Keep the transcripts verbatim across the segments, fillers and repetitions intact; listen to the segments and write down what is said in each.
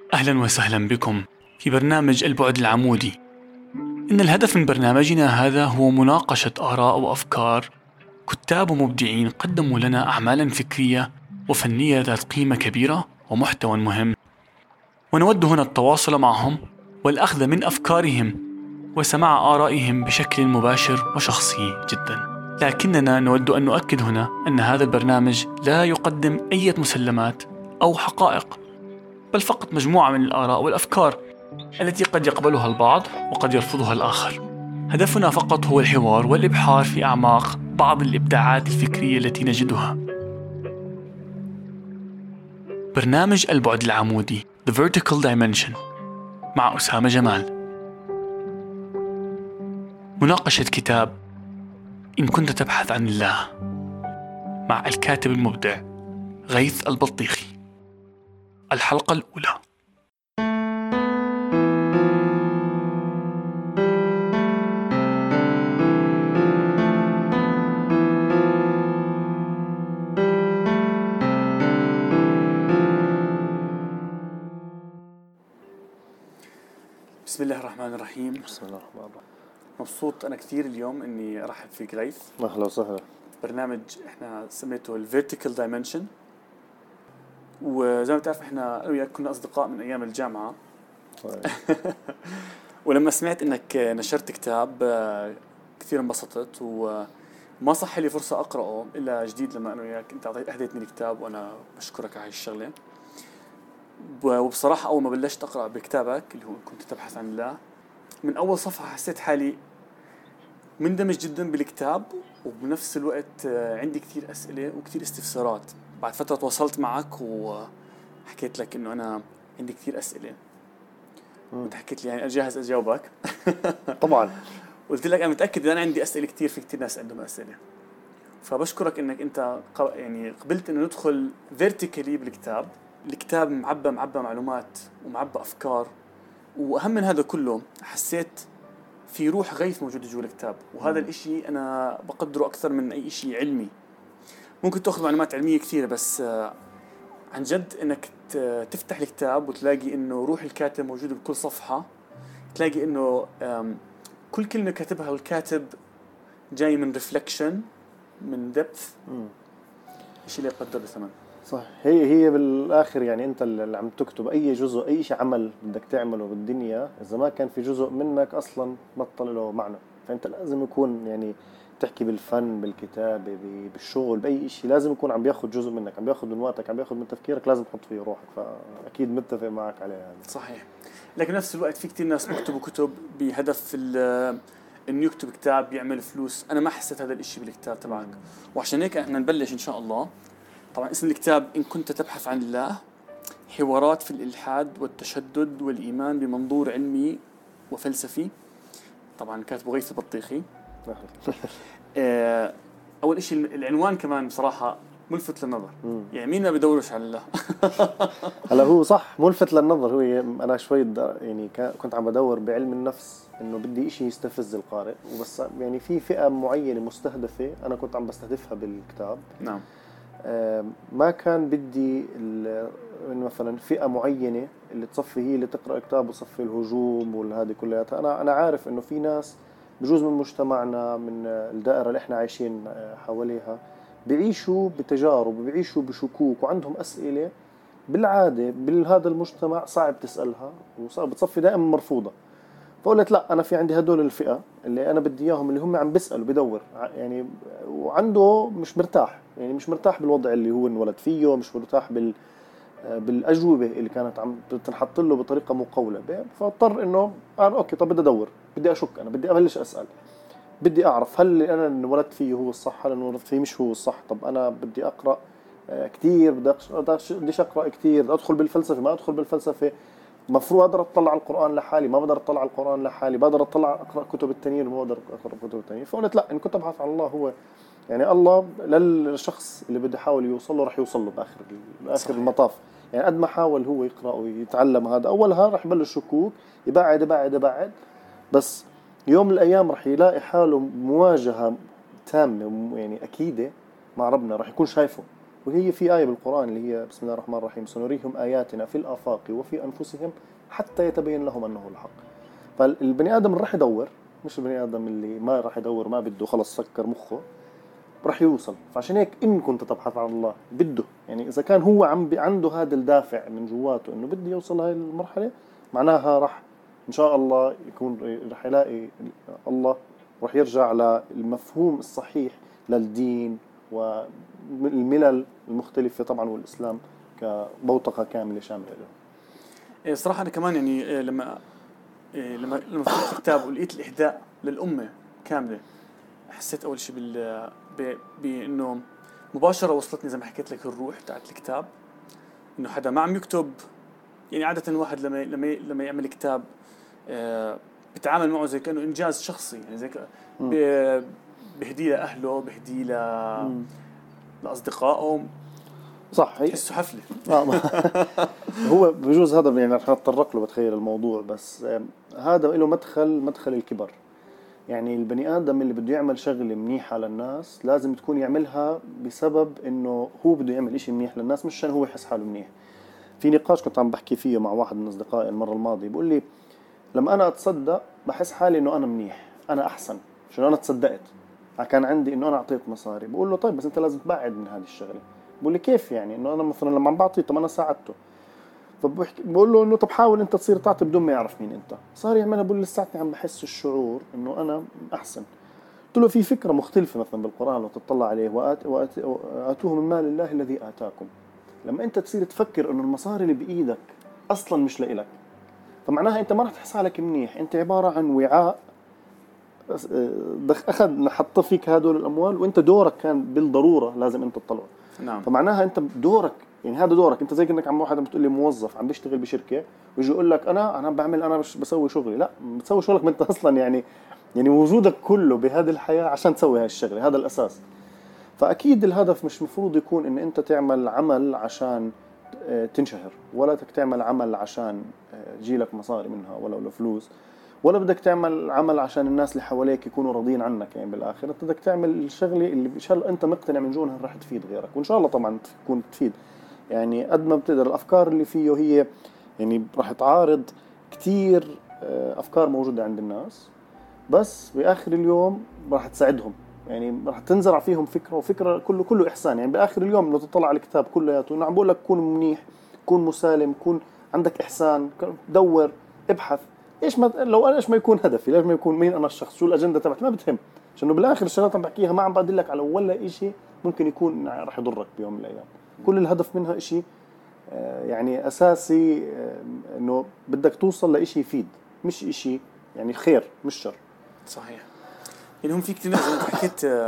أهلا وسهلا بكم في برنامج البعد العمودي. إن الهدف من برنامجنا هذا هو مناقشة آراء وأفكار كتاب ومبدعين قدموا لنا أعمالا فكرية وفنية ذات قيمة كبيرة ومحتوى مهم، ونود هنا التواصل معهم والأخذ من أفكارهم وسماع آرائهم بشكل مباشر وشخصي جدا. لكننا نود أن نؤكد هنا أن هذا البرنامج لا يقدم أي مسلمات أو حقائق، بل فقط مجموعة من الآراء والأفكار التي قد يقبلها البعض وقد يرفضها الآخر. هدفنا فقط هو الحوار والإبحار في أعماق بعض الإبداعات الفكرية التي نجدها. برنامج البعد العمودي The Vertical Dimension مع أسامة جمال. مناقشة كتاب إن كنت تبحث عن الله مع الكاتب المبدع غيث البطيخي. الحلقة الأولى. بسم الله الرحمن الرحيم. بسم الله الرحمن الرحيم. مبسوط أنا كثير اليوم إني أرحب فيك غيث. أهلا وسهلا. برنامج إحنا سميته ال Vertical Dimension، وزي ما تعرف إحنا أنا وياك كنا أصدقاء من أيام الجامعة. ولما سمعت إنك نشرت كتاب كثير انبسطت، وما صح لي فرصة أقرأه إلا جديد لما أنا وياك أنت أهديتني الكتاب، وأنا بشكرك على هاي الشغلة. وبصراحة أول ما بلشت أقرأ بكتابك اللي هو كنت تبحث عن الله، من أول صفحة حسيت حالي مندمج جدا بالكتاب، وبنفس الوقت عندي كثير أسئلة وكثير استفسارات. بعد فترة تواصلت معك وحكيت لك إنه أنا عندي كثير أسئلة، وأنت حكيت لي يعني أجهز أجاوبك. طبعا. قلت لك أنا متأكد إن أنا عندي أسئلة كثير، في كثير ناس عندهم أسئلة، فبشكرك إنك أنت يعني قبلت إنه ندخل فيرتيكالي بالكتاب. الكتاب معبى معبى معلومات ومعبى أفكار، وأهم من هذا كله حسيت في روح غيث موجودة جوا الكتاب، وهذا الإشي أنا بقدره أكثر من أي إشي علمي. ممكن تأخذ معلومات علمية كثيرة، بس عن جد إنك تفتح الكتاب وتلاقي إنه روح الكاتب موجودة بكل صفحة، تلاقي إنه كل كلمة كاتبها الكاتب جاي من ريفلكشن، من دبث، إشي لا يقدر بثمن. صح. هي هي بالآخر يعني أنت اللي عم تكتب أي جزء، أي شيء عمل بدك تعمله بالدنيا، إذا ما كان في جزء منك أصلاً بطل له معنى. فأنت لازم يكون يعني تحكي بالفن، بالكتابة، بالشغل، بأي شيء لازم يكون عم بياخد جزء منك، عم بياخد من وقتك، عم بياخد من تفكيرك، لازم تحط فيه روحك. فأكيد متفق معك عليه يعني. صحيح. لكن نفس الوقت في كتير ناس بيكتبوا كتب بهدف إنه يكتب كتاب يعمل فلوس. أنا ما حسيت هذا الإشي بالكتاب تبعك، وعشان هيك إحنا نبلش إن شاء الله. طبعا اسم الكتاب إن كنت تبحث عن الله، حوارات في الإلحاد والتشدد والإيمان بمنظور علمي وفلسفي. طبعا كاتبه غيث البطيخي. أول إشي العنوان كمان بصراحة ملفت للنظر. يعني مين ما بدورش على الله. هلا هو صح ملفت للنظر. هو أنا شوي يعني كنت عم بدور بعلم النفس إنه بدي إشي يستفز القارئ، وبس يعني في فئة معينة مستهدفة أنا كنت عم بستهدفها بالكتاب. نعم. ما كان بدي مثلا فئة معينة اللي تصفي هي اللي تقرأ كتاب وصفي الهجوم والهذه كلها. أنا أنا عارف إنه في ناس بجوز من مجتمعنا، من الدائرة اللي إحنا عايشين حواليها، بيعيشوا بتجارب وبيعيشوا بشكوك وعندهم أسئلة بالعادة بهذا المجتمع صعب تسألها، وصعب بتصفي دائما مرفوضة. فقلت لا، أنا في عندي هدول الفئة اللي أنا بدي إياهم، اللي هم عم بيسألوا بدور يعني، وعنده مش مرتاح يعني مش مرتاح بالوضع اللي هو انولد فيه، مش مرتاح بال بالأجوبة اللي كانت عم تنحط له بطريقة مقولة. فاضطر إنه أنا أوكي طب بدي أدور، بدي أشك، أنا بدي أبلش أسأل، بدي أعرف هل أنا انولدت فيه هو الصح، هل انولدت فيه مش هو الصح. طب أنا بدي أقرأ كتير، بدي بديش أقرأ كتير، بدي أدخل بالفلسفة، ما أدخل بالفلسفة. مفروض أقدر أطلع على القرآن لحالي، ما بقدر أطلع على القرآن لحالي، بقدر أطلع أقرأ كتب التانيين، ما بقدر أقرأ كتب التانيين. فقلت لا، إن كنت أبحث عن الله، هو يعني الله للشخص اللي بده يحاول يوصل له رح يوصل له بآخر بآخر المطاف. يعني قد ما حاول هو يقرأ ويتعلم هذا، أولها رح يبلش شكوك، يبعد يبعد يبعد، بس يوم من الأيام رح يلاقي حاله مواجهة تامة يعني أكيدة مع ربنا، رح يكون شايفه وهي في آية بالقرآن اللي هي بسم الله الرحمن الرحيم سنريهم آياتنا في الآفاق وفي أنفسهم حتى يتبين لهم أنه الحق. فالبني آدم اللي راح يدور، مش البني آدم اللي ما راح يدور ما بده خلص سكر مخه، راح يوصل. فعشان هيك إن كنت تبحث عن الله بده، يعني إذا كان هو عم عنده هذا الدافع من جواته إنه بده يوصل هاي المرحلة، معناها راح إن شاء الله يكون راح يلاقي الله، راح يرجع للمفهوم الصحيح للدين والملل المختلفة طبعا، والإسلام كبوتقة كاملة شاملة له. صراحة أنا كمان يعني لما لما لما فتحت الكتاب ولقيت الإهداء للأمة كاملة، حسيت أول شيء بال بأنه مباشرة وصلتني زي ما حكيت لك الروح تاعت الكتاب، إنه حدا ما عم يكتب. يعني عادة الواحد لما لما لما يعمل كتاب بتعامل معه زي كأنه إنجاز شخصي، يعني زي بهديه لأهله، بهديه ل لأصدقائهم. صح، تحسه حفلة. هو بجوز هذا يعني رح نتطرق له بتخيل الموضوع، بس هذا له مدخل مدخل الكبر. يعني البني آدم اللي بده يعمل شغلة منيحة للناس لازم تكون يعملها بسبب إنه هو بده يعمل إشي منيح للناس، مش عشان هو يحس حاله منيح. في نقاش كنت عم بحكي فيه مع واحد من أصدقائي المرة الماضية، بيقول لي لما أنا أتصدق بحس حالي إنه أنا منيح، أنا أحسن عشان أنا تصدقت، كان عندي إنه أنا أعطيت مصاري. بقول له طيب بس أنت لازم تبعد من هذه الشغلة. بقول لي كيف يعني؟ إنه أنا مثلا لما عم بعطيه طب أنا ساعدته. فبقول له إنه طب حاول أنت تصير تعطي بدون ما يعرف مين أنت. صار يعملها، بقول لي لساتني عم بحس الشعور إنه أنا أحسن. قلت له في فكرة مختلفة مثلا بالقرآن لو تطلع عليه، وآت وآت وآتوه من مال الله الذي آتاكم. لما أنت تصير تفكر إنه المصاري اللي بإيدك أصلا مش لإلك، فمعناها أنت ما رح تحس حالك منيح، أنت عبارة عن وعاء أخذ حط فيك هدول الأموال، وأنت دورك كان بالضرورة لازم أنت تطلعه. نعم. فمعناها أنت دورك يعني هذا دورك. أنت زي كأنك عم واحد عم بتقول لي موظف عم بيشتغل بشركة ويجي يقول لك أنا أنا بعمل أنا مش بسوي شغلي. لا، بتسوي شغلك ما أنت أصلا يعني يعني وجودك كله بهذه الحياة عشان تسوي هاي الشغلة، هذا الأساس. فأكيد الهدف مش مفروض يكون إن أنت تعمل عمل عشان تنشهر، ولا بدك تعمل عمل عشان جيلك مصاري منها ولا ولا فلوس، ولا بدك تعمل عمل عشان الناس اللي حواليك يكونوا راضيين عنك. يعني بالآخر أنت بدك تعمل الشغلة اللي إن شاء الله أنت مقتنع من جونها راح تفيد غيرك، وإن شاء الله طبعا تكون تفيد. يعني قد ما بتقدر الأفكار اللي فيه هي يعني راح تعارض كتير أفكار موجودة عند الناس، بس بآخر اليوم راح تساعدهم. يعني راح تنزرع فيهم فكرة، وفكرة كله كله إحسان. يعني بآخر اليوم لو تطلع على الكتاب كلياته أنا عم بقول لك كون منيح، كون مسالم، كون عندك إحسان، دور، ابحث. إيش ما لو أنا إيش ما يكون هدفي، ليش ما يكون مين أنا الشخص، شو الأجندة تبعتي، ما بتهم. عشان بالآخر الشغلات عم بحكيها ما عم بدلك على ولا إشي ممكن يكون راح يضرك بيوم من الأيام. كل الهدف منها إشي يعني أساسي، إنه بدك توصل لإشي يفيد، مش إشي يعني خير مش شر. صحيح. يعني هم في كتير ناس زي ما حكيت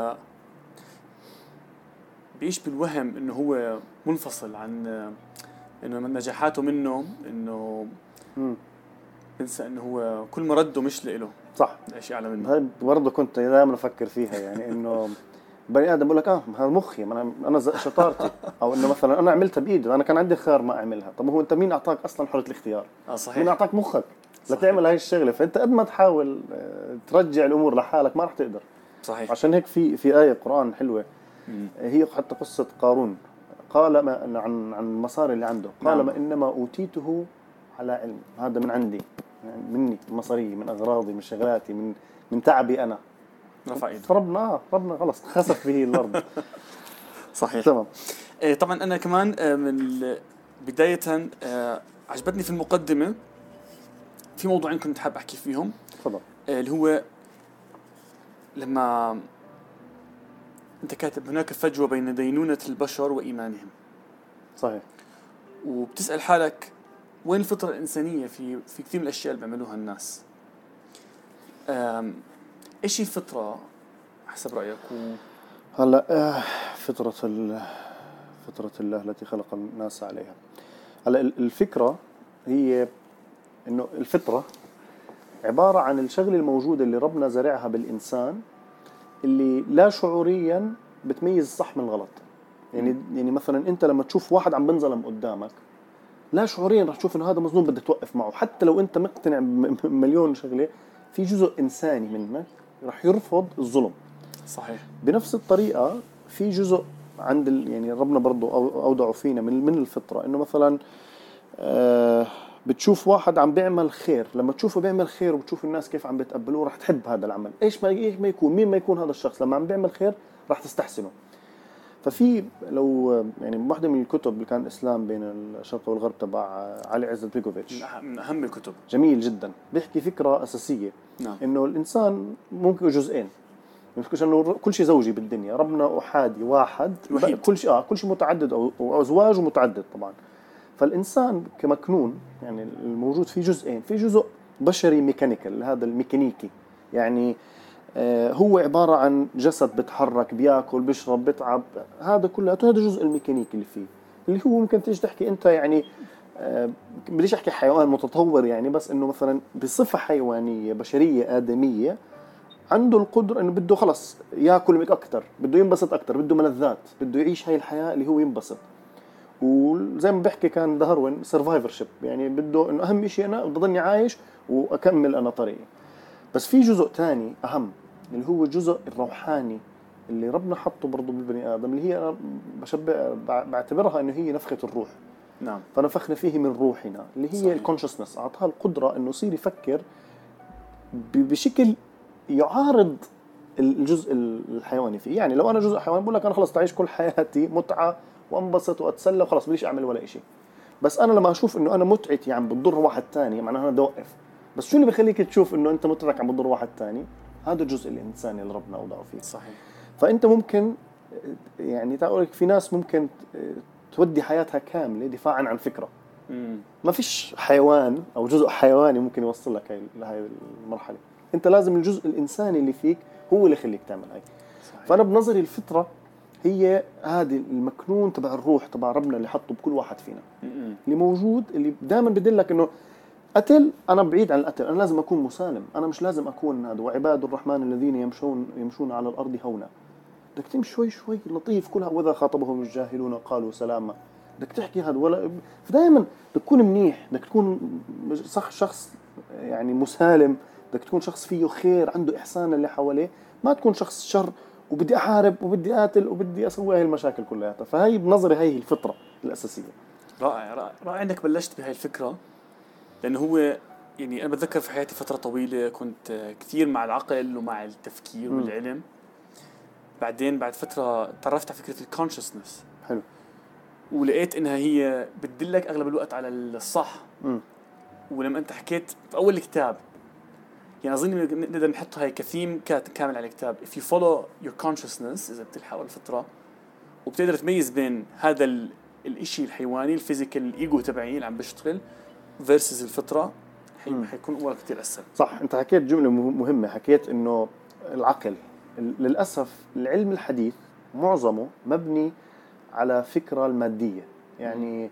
بيعيش بالوهم إنه هو منفصل عن إنه من نجاحاته منه، إنه بنسى إنه هو كل مرده مش لإله. صح. الأشياء أعلى منه. هاي برضه كنت دائما أفكر فيها، يعني إنه بني آدم يقول لك آه هذا مخي، أنا أنا شطارتي، أو إنه مثلا أنا عملتها بإيدي، أنا كان عندي خيار ما أعملها. طب هو أنت مين أعطاك أصلا حرية الاختيار؟ آه صحيح. مين أعطاك مخك لتعمل هاي الشغلة؟ فأنت قد ما تحاول ترجع الأمور لحالك ما راح تقدر. صحيح. عشان هيك في في آية قرآن حلوة، مم. هي حتى قصة قارون، قال ما عن عن المصاري اللي عنده، قال نعم. ما إنما أوتيته على علم، هذا من عندي، يعني مني، مصاري، من أغراضي، من شغلاتي، من من تعبي أنا. رفع ايده. فربنا ربنا خلص خسف به الأرض. صحيح. تمام. إيه طبعا أنا كمان من بداية عجبتني في المقدمة في موضوعين كنت حاب أحكي فيهم. تفضل. اللي هو لما أنت كاتب هناك فجوة بين دينونة البشر وإيمانهم. صحيح. وبتسأل حالك وين الفطرة الإنسانية في في كثير من الأشياء اللي بيعملوها الناس. إيش هي الفطرة حسب رأيك؟ و... هلا فطرة ال... فطرة الله التي خلق الناس عليها. هلا الفكرة هي إنه الفطرة عبارة عن الشغلة الموجودة اللي ربنا زرعها بالإنسان، اللي لا شعوريا بتميز الصح من الغلط. يعني يعني مثلا أنت لما تشوف واحد عم بنظلم قدامك لا شعوريا رح تشوف إنه هذا مظلوم بدك توقف معه، حتى لو أنت مقتنع بمليون شغلة، في جزء إنساني منك رح يرفض الظلم. صحيح. بنفس الطريقة في جزء عند ال يعني ربنا برضو أودعوا فينا من من الفطرة إنه مثلا آه بتشوف واحد عم بيعمل خير، لما تشوفه بيعمل خير وبتشوف الناس كيف عم بيتقبلوه راح تحب هذا العمل، ايش ما ايش ما يكون، مين ما يكون هذا الشخص لما عم بيعمل خير راح تستحسنه. ففي لو يعني واحدة من الكتب اللي كان الإسلام بين الشرق والغرب تبع علي عزت بيكوفيتش، من أهم الكتب، جميل جدا، بيحكي فكرة أساسية. نعم. إنه الإنسان ممكن جزئين، مش إنه كل شيء زوجي بالدنيا، ربنا أحادي واحد وحيد. كل شيء آه كل شيء متعدد أو أو أزواج ومتعدد طبعا. فالإنسان كمكنون يعني الموجود فيه جزئين، في جزء بشري ميكانيكال، هذا الميكانيكي يعني آه هو عبارة عن جسد بتحرك بياكل بيشرب بتعب، هذا كله هذا الجزء الميكانيكي اللي فيه، اللي هو ممكن تيجي تحكي أنت يعني آه بديش أحكي حيوان متطور يعني، بس إنه مثلا بصفة حيوانية بشرية آدمية عنده القدرة إنه بده خلص ياكل أكتر، بده ينبسط أكتر، بده ملذات، بده يعيش هاي الحياة اللي هو ينبسط. وزي ما بحكي كان داروين سرفايفرشيب، يعني بده إنه أهم شيء أنا بدي ضلني عايش وأكمل أنا طريقي. بس في جزء تاني أهم اللي هو الجزء الروحاني اللي ربنا حطه برضو بالبني آدم، اللي هي أنا بشبه بعتبرها إنه هي نفخة الروح. نعم. فنفخنا فيه من روحنا اللي هي الكونشسنس، أعطاها القدرة إنه يصير يفكر بشكل يعارض الجزء الحيواني فيه. يعني لو أنا جزء حيواني بقول لك أنا خلص تعيش كل حياتي متعة وانبسط واتسلى وخلاص بديش اعمل ولا شيء. بس انا لما اشوف انه انا متعتي عم بتضر واحد تاني معناها انا بدي اوقف. بس شو اللي بخليك تشوف انه انت متعتك عم بتضر واحد تاني؟ هذا الجزء الانساني اللي ربنا اوضعه فيه. صحيح. فانت ممكن يعني تقول لك في ناس ممكن تودي حياتها كامله دفاعا عن فكره. امم ما فيش حيوان او جزء حيواني ممكن يوصل لك هاي لهي المرحله. انت لازم الجزء الانساني اللي فيك هو اللي يخليك تعمل هاي. صحيح. فانا بنظري الفطره هي هذه المكنون تبع الروح تبع ربنا اللي حطه بكل واحد فينا، اللي موجود، اللي دائما بدلك انه قتل انا بعيد عن القتل، انا لازم اكون مسالم، انا مش لازم اكون هذا وعباد الرحمن الذين يمشون يمشون على الارض هونا. بدك تمشي شوي شوي لطيف كلها، واذا خاطبهم الجاهلون قالوا سلاما. بدك تحكي هذا ولا فدائما بدك تكون منيح، بدك تكون صح شخص يعني مسالم، بدك تكون شخص فيه خير عنده احسان اللي حواليه، ما تكون شخص شر وبدي أحارب وبدي أقتل وبدي أسوي هاي المشاكل كلها. فهي بنظري هاي الفطرة الأساسية. رائع رائع رائع إنك بلشت بهاي الفكرة، لأنه هو يعني أنا بتذكر في حياتي فترة طويلة كنت كثير مع العقل ومع التفكير والعلم. بعدين بعد فترة تعرفت على فكرة الكونشسنس. حلو. ولقيت إنها هي بتدلك أغلب الوقت على الصح. م. ولما أنت حكيت في أول الكتاب يعني أظن نقدر نحط هاي كثيم كامل على الكتاب if you follow your consciousness إذا بتلحق الفطرة وبتقدر تميز بين هذا الإشي الحيواني الفيزيكال الإيجو تبعي اللي عم بيشتغل versus الفطرة حيكون أمورك كتير أسهل. صح. أنت حكيت جملة مهمة، حكيت إنه العقل للأسف العلم الحديث معظمه مبني على فكرة المادية، يعني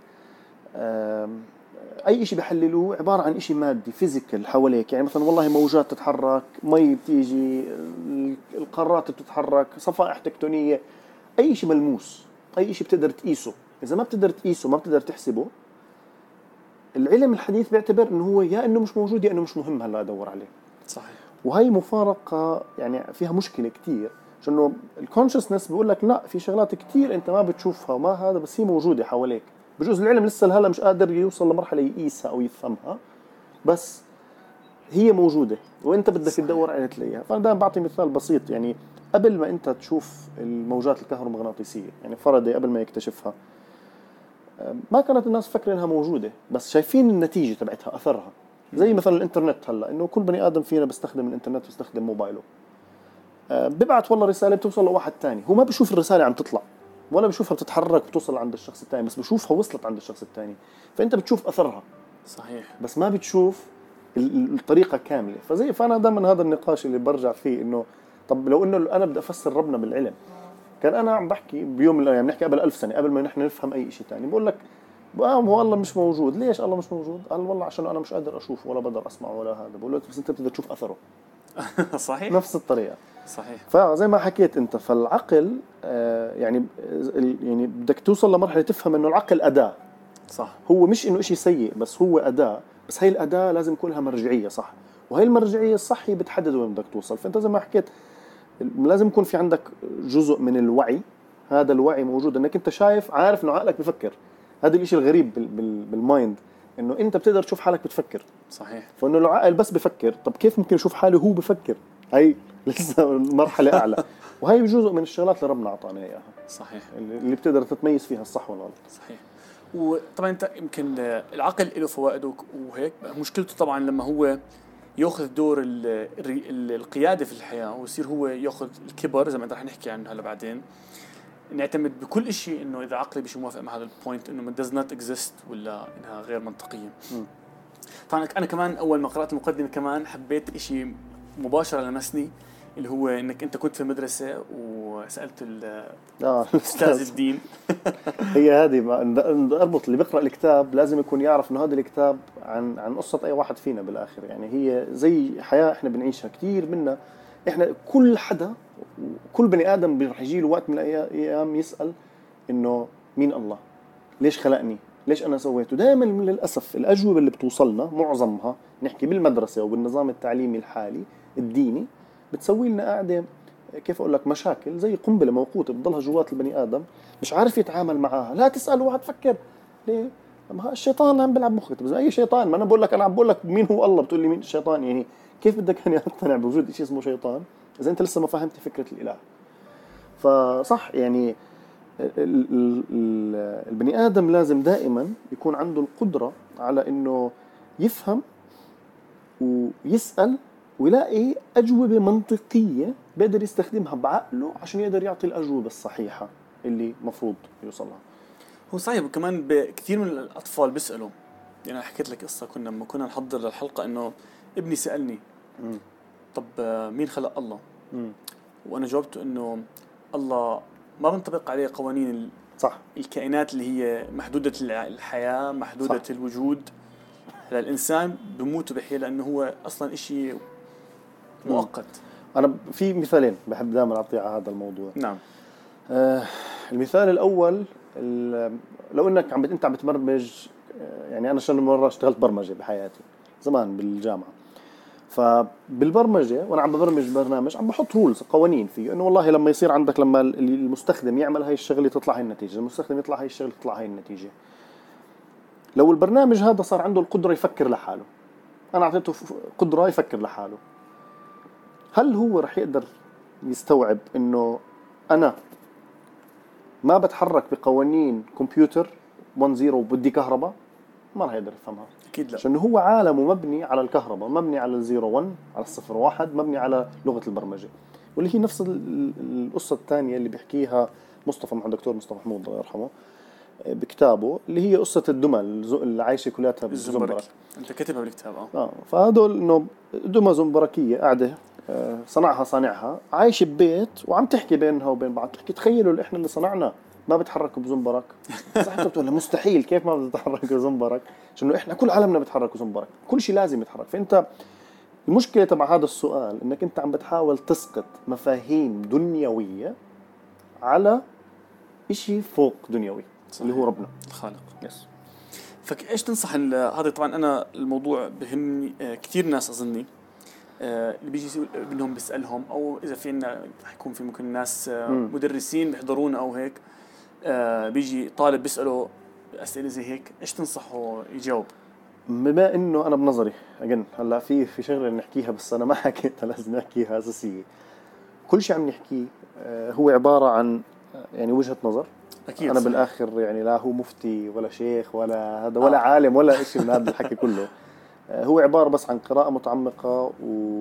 أي شيء بحللوه عبارة عن شيء مادي فيزيكال حواليك. يعني مثلا والله موجات تتحرك، مي بتيجي، القارات بتتحرك، صفائح تكتونية، أي شيء ملموس، أي شيء بتقدر تقيسه. إذا ما بتقدر تقيسه ما بتقدر تحسبه، العلم الحديث بيعتبر إنه هو يا إنه مش موجود يا إنه مش مهم هلا أدور عليه. صحيح. وهي مفارقة يعني فيها مشكلة كتير، عشانه الكونشسنس بيقول لك لا، في شغلات كتير أنت ما بتشوفها وما هذا، بس هي موجودة حواليك. بجوز العلم لسه لهلا مش قادر يوصل لمرحلة يقيسها أو يفهمها، بس هي موجودة وأنت بدك تدور عليها تلاقيها. فأنا دائما بعطي مثال بسيط، يعني قبل ما أنت تشوف الموجات الكهرومغناطيسية، يعني فاراداي قبل ما يكتشفها ما كانت الناس فكرة إنها موجودة، بس شايفين النتيجة تبعتها أثرها. زي مثلا الإنترنت هلا، إنه كل بني آدم فينا بيستخدم الإنترنت ويستخدم موبايله، ببعت والله رسالة بتوصل لواحد تاني، هو ما بيشوف الرسالة عم تطلع ولا بشوفها بتتحرك وتوصل عند الشخص الثاني، بس بشوفها وصلت عند الشخص الثاني. فأنت بتشوف أثرها. صحيح. بس ما بتشوف الطريقة كاملة. فزي فأنا دائما هذا النقاش اللي برجع فيه، إنه طب لو إنه أنا بدي أفسر ربنا بالعلم، كان أنا عم بحكي بيوم من الأيام نحكي قبل ألف سنة قبل ما نحن نفهم أي شيء تاني، بقول لك هو الله مش موجود. ليش الله مش موجود؟ قال والله عشان أنا مش قادر أشوف ولا بقدر أسمع ولا هذا. بقول له بس أنت بتقدر تشوف أثره. صحيح. نفس الطريقة. صحيح. فزي ما حكيت انت، فالعقل آه يعني يعني بدك توصل لمرحله تفهم انه العقل اداه. صح. هو مش انه شيء سيء، بس هو اداه، بس هاي الاداه لازم يكون لها مرجعيه صح، وهي المرجعيه الصح هي بتحدد وين بدك توصل. فانت زي ما حكيت لازم يكون في عندك جزء من الوعي، هذا الوعي موجود، انك انت شايف عارف انه عقلك بفكر. هذا الاشي الغريب بال بال بالمايند، انه انت بتقدر تشوف حالك بتفكر. صحيح. فانه العقل بس بفكر، طب كيف ممكن يشوف حاله هو بفكر؟ هي لسه مرحله اعلى. وهي جزء من الشغلات اللي ربنا اعطانا اياها. صحيح. اللي بتقدر تتميز فيها الصح والغلط. صحيح. وطبعا انت يمكن العقل له فوائده وهيك، مشكلته طبعا لما هو ياخذ دور القياده في الحياه ويصير هو ياخذ الكبر، زي ما رح نحكي عنه هلا بعدين، نعتمد بكل شيء انه اذا عقلي مش موافق مع هذا البوينت انه does not exist ولا انها غير منطقيه. م. طبعا انا كمان اول ما قرات المقدمه كمان حبيت شيء مباشره لمسني، اللي هو انك انت كنت في المدرسه وسالت الاستاذ الدين. هي هذه اربط اللي بيقرا الكتاب لازم يكون يعرف انه هذا الكتاب عن عن قصه اي واحد فينا بالاخر. يعني هي زي حياه احنا بنعيشها، كثير منا احنا كل حدا كل بني ادم رح يجي له وقت من الايام يسال انه مين الله؟ ليش خلقني؟ ليش انا سويته؟ دائما للاسف الاجوبه اللي بتوصلنا معظمها نحكي بالمدرسه وبالنظام التعليمي الحالي الديني بتسوي لنا قاعده كيف اقول لك مشاكل زي قنبله موقوته بتضلها جوات البني ادم مش عارف يتعامل معها. لا تسال واحد فكر ليه؟ ما الشيطان عم بيلعب مخك. بس اي شيطان؟ ما انا بقول لك انا عم بقول لك مين هو الله بتقول لي مين الشيطان؟ يعني كيف بدك اني اقتنع بوجود شيء اسمه شيطان اذا انت لسه ما فهمت فكره الاله؟ فصح يعني البني آدم لازم دائما يكون عنده القدرة على إنه يفهم ويسأل ويلاقي أجوبة منطقية بيقدر يستخدمها بعقله عشان يقدر يعطي الأجوبة الصحيحة اللي مفروض يوصلها. هو صحيح. وكمان بكثير من الأطفال بيسألوا. يعني أنا حكيت لك قصة كنا لما كنا نحضر للحلقة إنه ابني سألني م. طب مين خلق الله؟ م. وأنا جاوبته إنه الله ما بنطبق عليه قوانين صح. الكائنات اللي هي محدودة الحياة محدودة صح. الوجود. الإنسان بموت وبحيا لأنه هو أصلاً إشي مؤقت. أنا في مثالين بحب دائما أعطي على هذا الموضوع. نعم. آه المثال الأول لو إنك عم أنت عم بتبرمج، يعني أنا شغل مرة اشتغلت برمجة بحياتي زمان بالجامعة. فبالبرمجة وأنا عم ببرمج برنامج عم بحط رولز قوانين فيه إنه والله لما يصير عندك لما المستخدم يعمل هاي الشغلة تطلع هاي النتيجة، المستخدم يطلع هاي الشغلة تطلع هاي النتيجة. لو البرنامج هذا صار عنده القدرة يفكر لحاله، أنا أعطيته قدرة يفكر لحاله، هل هو رح يقدر يستوعب إنه أنا ما بتحرك بقوانين كمبيوتر واحد صفر وبدي كهرباء؟ ما رح يقدر يفهمها. أكيد لا. عشان هو عالمه مبني على الكهرباء، مبني على الزيرو ون، على الصفر واحد، مبني على لغة البرمجة. واللي هي نفس القصة الثانية اللي بيحكيها مصطفى مع الدكتور مصطفى محمود الله يرحمه بكتابه، اللي هي قصة الدمى اللي عايشة كلياتها بالزنبرك. أنت كتبها بالكتاب. آه. فهذول إنه دمى زنبركية قاعدة صنعها صانعها عايشة ببيت وعم تحكي بينها وبين بعض، تحكي تخيلوا اللي إحنا اللي صنعنا ما بتحركوا بزنبرك. صح بتقول مستحيل، كيف ما بتتحركوا زنبرك؟ عشان إحنا كل عالمنا بتحركوا زنبرك، كل شيء لازم يتحرك. فأنت المشكلة تبع هذا السؤال إنك أنت عم بتحاول تسقط مفاهيم دنيوية على إشي فوق دنيوي. صحيح. اللي هو ربنا الخالق. يس. فايش تنصح هذا؟ طبعا انا الموضوع بهمني كثير ناس اظني اللي بيجي ابنهم بيسالهم، او اذا في عندنا حيكون في ممكن ناس مدرسين بيحضرونا او هيك بيجي طالب بيساله اسئله زي هيك، ايش تنصحه يجاوب؟ بما انه انا بنظري اجن هلا في في شغله نحكيها بس انا ما حكيتها لازم نحكيها اساسيه. كل شيء عم نحكيه هو عباره عن يعني وجهه نظر. أكيد. أنا بالآخر يعني لا هو مفتي ولا شيخ ولا هذا ولا آه. عالم ولا إشي من هذا الحكي كله. هو عبارة بس عن قراءة متعمقة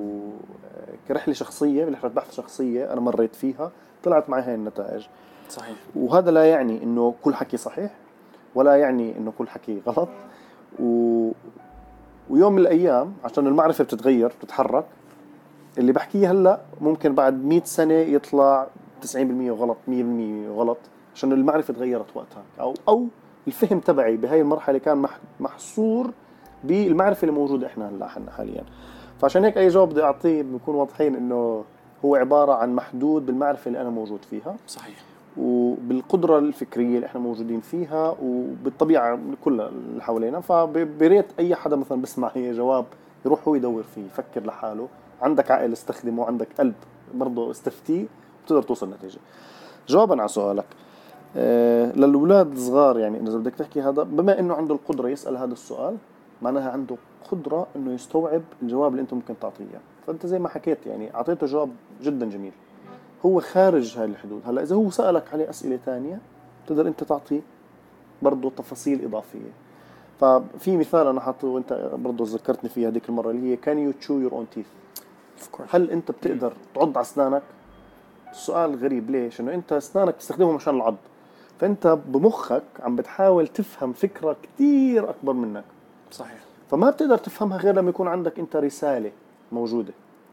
وكرحلة شخصية، رحلة بحث شخصية أنا مريت فيها طلعت معي هاي النتائج. صحيح. وهذا لا يعني إنه كل حكي صحيح ولا يعني إنه كل حكي غلط. و... ويوم من الأيام عشان المعرفة بتتغير بتتحرك، اللي بحكيه هلأ ممكن بعد مئة سنة يطلع تسعين بالمئة غلط مئة بالمئة غلط، عشان المعرفة تغيرت وقتها أو أو الفهم تبعي بهاي المرحلة كان محصور بالمعرفة اللي موجودة إحنا هلا حاليا. فعشان هيك أي جواب بدي أعطيه بنكون واضحين إنه هو عبارة عن محدود بالمعرفة اللي أنا موجود فيها. صحيح. وبالقدرة الفكرية اللي إحنا موجودين فيها وبالطبيعة كلها اللي حوالينا. فبريت أي حدا مثلا بسمع هي جواب يروح هو يدور فيه يفكر لحاله. عندك عقل استخدمه، عندك قلب برضه استفتيه بتقدر توصل نتيجة. جوابا على سؤالك، آه للأولاد الصغار يعني إذا بدك تحكي هذا، بما إنه عنده القدرة يسأل هذا السؤال معناها عنده قدرة إنه يستوعب الجواب اللي أنت ممكن تعطيه. فأنت زي ما حكيت يعني أعطيته جواب جدا جميل، هو خارج هاي الحدود. هلا إذا هو سألك عليه أسئلة تانية تقدر أنت تعطي برضو تفاصيل إضافية. ففي مثال أنا حاطه وأنت برضو ذكرتني فيه هذيك المرة اللي هي can you chew your own teeth؟ هل أنت بتقدر تعض على أسنانك؟ السؤال غريب ليش؟ إنه أنت أسنانك تستخدمهم عشان العض، فأنت بمخك عم بتحاول تفهم فكرة كتير أكبر منك. صحيح. فما بتقدر تفهمها غير لما يكون عندك أنت رسالة موجودة،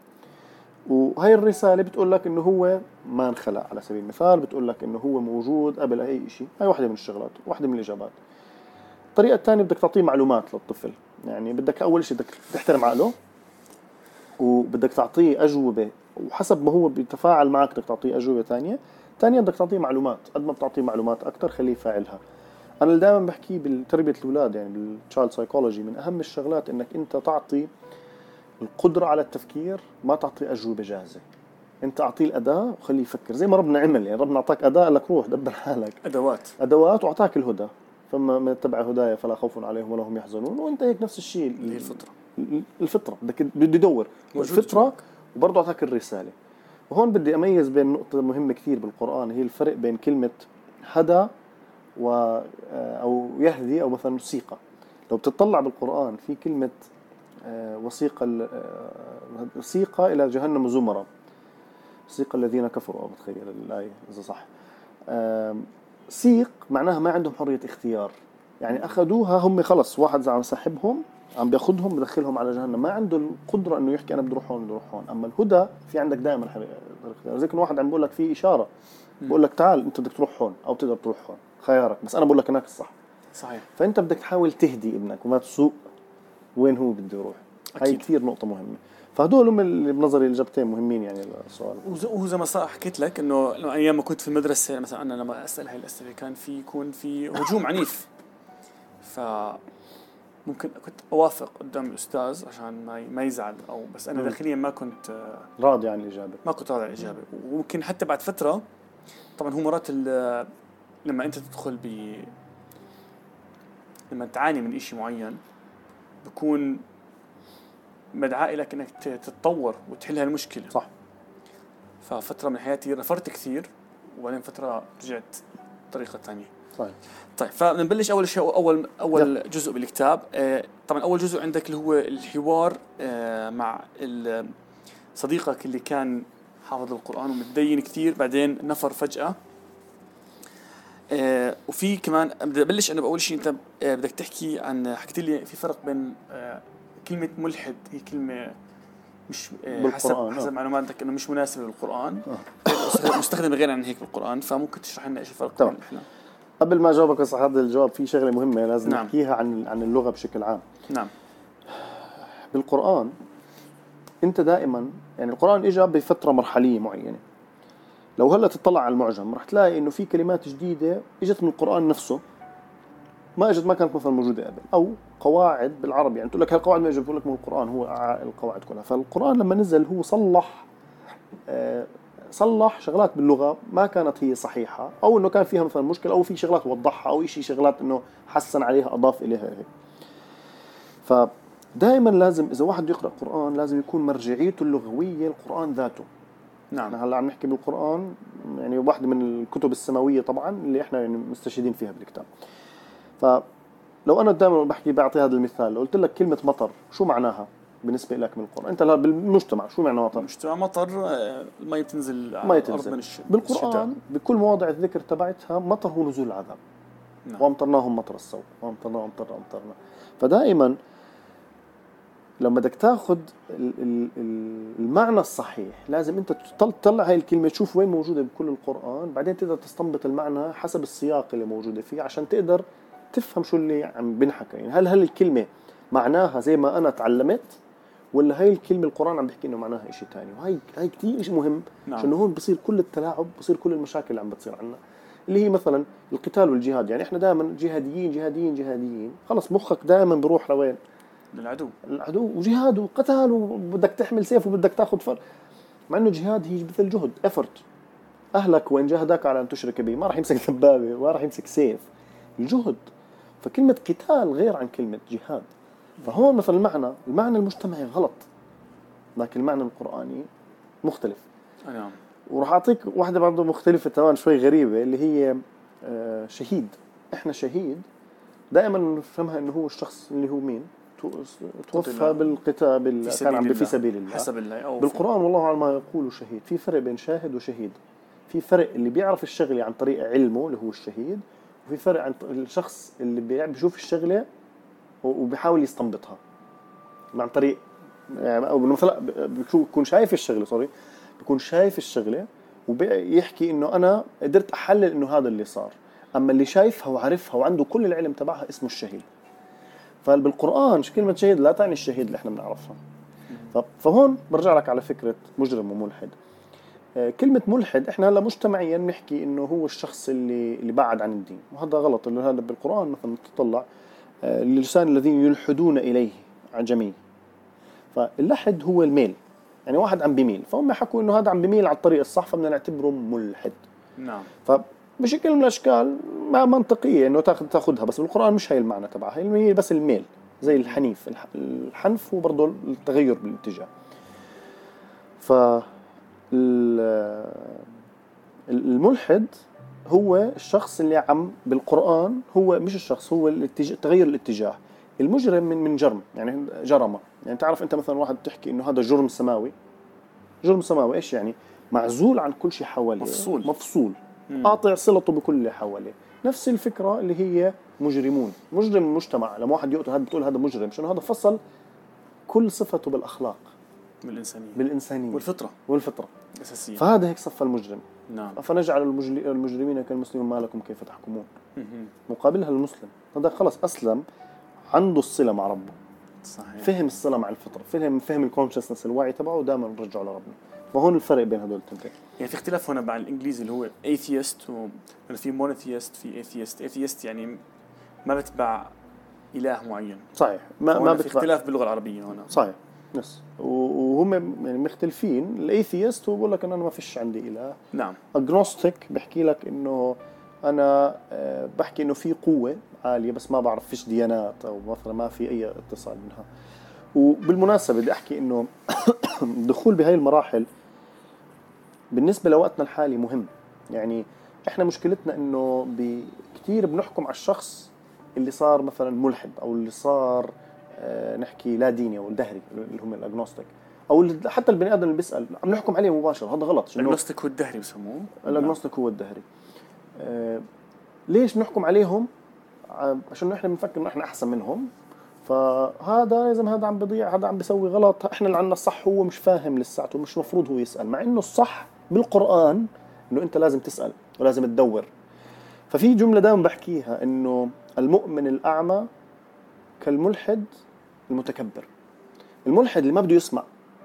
وهي الرسالة بتقول لك إنه هو ما انخلق على سبيل المثال، بتقول لك إنه هو موجود قبل أي شيء. هاي واحدة من الشغلات، واحدة من الإجابات. الطريقة الثانية بدك تعطيه معلومات للطفل، يعني بدك أول شيء بدك تحترم عقله وبدك تعطيه أجوبة، وحسب ما هو بيتفاعل معك بدك تعطيه أجوبة ثانية. ثانيا بدك تعطيه معلومات، قد ما بتعطيه معلومات أكتر خليه يفاعلها. أنا اللي دائما بحكيه بالتربية الأولاد يعني بالتشايلد سايكولوجي، من أهم الشغلات إنك أنت تعطي القدرة على التفكير، ما تعطي أجوبة جاهزة. أنت أعطيه الأداة وخليه يفكر زي ما ربنا عمل. يعني ربنا أعطاك أداة لك روح دبر حالك، أدوات أدوات وأعطاك الهدى. فما من يتبع هدايا فلا خوف عليهم ولا هم يحزنون. وأنت هيك نفس الشيء اللي هي الفطرة. الفطرة بدك بده يدور الفطرة وبرضه أعطاك الرسالة. وهون بدي أميز بين نقطة مهمة كثير بالقرآن، هي الفرق بين كلمة هدى و أو يهدي أو مثلا وثيقة. لو بتطلع بالقرآن في كلمة وثيقة وثيقة إلى جهنم زمرا، وثيقة الذين كفروا، أو بتخيل الآية إذا صح. سيق معناها ما عندهم حرية اختيار، يعني أخذوها هم خلص، واحد عم سحبهم عم بياخدهم بدخلهم على جهنم، ما عنده القدرة إنه يحكي أنا بدي أروح هون بدي أروح هون. أما الهدى في عندك دائما حرية اختيار. زي كأنه واحد عم بقول لك في إشارة بقول لك تعال أنت بدك تروح هون أو تقدر تروح هون، خيارك، بس أنا بقول لك هناك الصح. صحيح. فأنت بدك تحاول تهدي ابنك وما تسوق وين هو بده يروح. هاي كثير نقطة مهمة. فهدول هم اللي بنظري الإجابتين مهمين يعني السؤال. وهو زي ما صار حكيت لك إنه أيام ما كنت في المدرسة مثلا أنا لما أسأل هاي الأسئلة كان في يكون في هجوم عنيف، فممكن كنت أوافق قدام الأستاذ عشان ما ما يزعل، أو بس أنا داخليا ما كنت راضي عن الإجابة، ما كنت راضي عن الإجابة. وممكن حتى بعد فترة طبعا هو مرات لما أنت تدخل ب لما تعاني من إشي معين بكون مدعاء لك انك تتطور وتحل هالمشكله. صح. ففتره من حياتي رفرت كثير وبعدين فتره رجعت طريقه ثانيه. صحيح. طيب فبنبلش اول شيء اول اول يب. جزء بالكتاب. آه طبعا اول جزء عندك اللي هو الحوار آه مع صديقك اللي كان حافظ القران ومتدين كثير، بعدين نفر فجاه. آه وفي كمان بدي ابلش انا باول شيء انت آه بدك تحكي عن، حكيت لي في فرق بين آه كلمة ملحد، هي كلمة مش حسب حسب معلوماتك إنه مش مناسبة للقرآن، آه. مستخدم غير عن هيك بالقرآن، فممكن تشرح لنا إيش الفرق بين الأحلام؟ قبل ما جاوبك بس هذا الجواب في شغلة مهمة لازم نعم. نحكيها عن عن اللغة بشكل عام. نعم. بالقرآن أنت دائما يعني القرآن إجا بفترة مرحلية معينة. لو هلا تطلع على المعجم رح تلاقي إنه في كلمات جديدة إجت من القرآن نفسه ما اجت ما كانت مثلا موجوده قبل، او قواعد بالعربي يعني تقول لك هالقواعد ما اجت لك من القران، هو القواعد كلها. فالقران لما نزل هو صلح آه صلح شغلات باللغه ما كانت هي صحيحه، او انه كان فيها مثلا مشكله، او في شغلات وضحها، او شيء شغلات انه حسن عليها اضاف اليها هيك. فدائما لازم اذا واحد يقرا قران لازم يكون مرجعيته اللغويه القران ذاته. نعم. هلا عم نحكي بالقران يعني واحده من الكتب السماويه طبعا اللي احنا يعني مستشهدين فيها بالكتاب. فلو أنا دائما بحكي بعطي هذا المثال، لو قلت لك كلمة مطر شو معناها بالنسبة لك من القرآن؟ أنت بالمجتمع شو معنى مطر؟ مجتمع مطر الماء تنزل على الأرض من الشتاء. بالقرآن بكل مواضع الذكر تبعتها مطر هو نزول العذاب. نعم. وامطرناهم مطر السوء وامطرناهم امطرنا امطرنا. فدائما لما بدك تاخذ المعنى الصحيح لازم أنت تطلع هاي الكلمة تشوف وين موجودة بكل القرآن، بعدين تقدر تستنبط المعنى حسب السياق اللي موجودة فيه عشان تقدر تفهم شو اللي عم بنحكى. يعني هل هل الكلمة معناها زي ما أنا تعلمت، ولا هاي الكلمة القرآن عم بيحكي إنه معناها إشي تاني؟ وهاي هاي كتير إشي مهم. نعم. عشان هون بصير كل التلاعب، بصير كل المشاكل اللي عم بتصير عنا اللي هي مثلا القتال والجهاد. يعني إحنا دائما جهاديين جهاديين جهاديين، خلص مخك دائما بروح لوين؟ للعدو. العدو وجهاد وقتال وبدك تحمل سيف وبدك تاخذ فر، مع إنه جهاد هي مثل جهد effort. أهلك وإن جاهداك على أن تشرك به، ما راح يمسك دبابة، ما راح يمسك سيف، الجهد. فكلمة قتال غير عن كلمة جهاد. فهون مثلا المعنى المعنى المجتمعي غلط، لكن المعنى القرآني مختلف. نعم. وراح أعطيك واحدة برضه مختلفة تمام شوي غريبة، اللي هي شهيد. إحنا شهيد دائما نفهمها إنه هو الشخص اللي هو مين توفى بالقتال بال... كان عم في سبيل الله حسب الله أو بالقرآن. والله أعلم ما يقول شهيد. في فرق بين شاهد وشهيد. في فرق اللي بيعرف الشغلة عن طريق علمه اللي هو الشهيد، وفي فرق عن الشخص اللي بيشوف الشغلة وبيحاول يستنبطها عن طريق يعني، أو مثلا بيكون شايف الشغلة سوري بيكون شايف الشغلة وبيحكي إنه أنا قدرت أحلل إنه هذا اللي صار. أما اللي شايفها وعرفها وعنده كل العلم تبعها اسمه الشهيد. فبالقرآن كلمة شهيد لا تعني الشهيد اللي احنا بنعرفها. فهون برجع لك على فكرة مجرم وملحد. كلمة ملحد احنا هلا مجتمعيا نحكي انه هو الشخص اللي اللي بعد عن الدين، وهذا غلط. انه هذا بالقرآن مثلا تطلع اللسان الذين يلحدون اليه عجمي. فاللحد هو الميل، يعني واحد عم بيميل، فهم حكوا انه هذا عم بيميل على الطريق الصح فبدنا نعتبره ملحد. نعم. فبشكل من الاشكال ما منطقية انه تاخذ تاخذها، بس بالقرآن مش هي المعنى تبعها، هي بس الميل زي الحنيف. الحنف هو برضه التغير بالاتجاه. ف الملحد هو الشخص اللي عم بالقرآن، هو مش الشخص، هو الاتجاه، تغير الاتجاه. المجرم من من جرم، يعني جرمه. يعني تعرف انت مثلا واحد تحكي انه هذا جرم سماوي. جرم سماوي ايش يعني؟ معزول عن كل شيء حواليه، مفصول مفصول قاطع صلته بكل اللي حواليه. نفس الفكرة اللي هي مجرمون. مجرم المجتمع لما واحد يقتل هذا بتقول هذا مجرم، شنو هذا فصل كل صفته بالأخلاق بالإنسانية بالإنسانية والفطرة والفطرة أساسية. فهذا هيك صف المجرم. نعم. فنجعل المجرمين كالمسلمين ما لكم كيف تحكمون. مقابلها المسلم هذا خلص أسلم، عنده الصلة مع ربه. صحيح. فهم الصلة مع الفطرة، فهم فهم الكونشسنس الوعي تبعه، دائما نرجعه لربنا. فهون الفرق بين هذول التنتين. يعني في اختلاف هنا مع الإنجليزي اللي هو atheist وفي monotheist في atheist. atheist يعني ما بتبع إله معين. صحيح. ما ما في اختلاف باللغة العربية هنا. صحيح. يس. وهم يعني مختلفين. الايثيست هو بقول لك أنا ما فيش عندي إله. نعم. اجنوستيك بحكي لك إنه أنا بحكي إنه في قوة عالية بس ما بعرف فيش ديانات أو مثلا ما في أي اتصال منها. وبالمناسبة بدي أحكي إنه الدخول بهاي المراحل بالنسبة لوقتنا الحالي مهم. يعني إحنا مشكلتنا إنه بكتير بنحكم على الشخص اللي صار مثلا ملحد أو اللي صار آه نحكي لا ديني أو الدهري اللي هم الأجنوستيك، أو حتى البني آدم اللي بيسأل عم نحكم عليه مباشر. هذا غلط. الأجنوستيك هو الدهري بسموه. الأجنوستيك هو الدهري. آه ليش نحكم عليهم؟ عشان إحنا بنفكر إنه إحنا أحسن منهم، فهذا لازم هذا عم بيضيع، هذا عم بيسوي غلط، إحنا اللي عنا الصح. هو مش فاهم لساته، مش مفروض هو يسأل، مع إنه الصح بالقرآن إنه أنت لازم تسأل ولازم تدور. ففي جملة دائما بحكيها إنه المؤمن الأعمى كالملحد المتكبر. الملحد اللي ما بده يسمع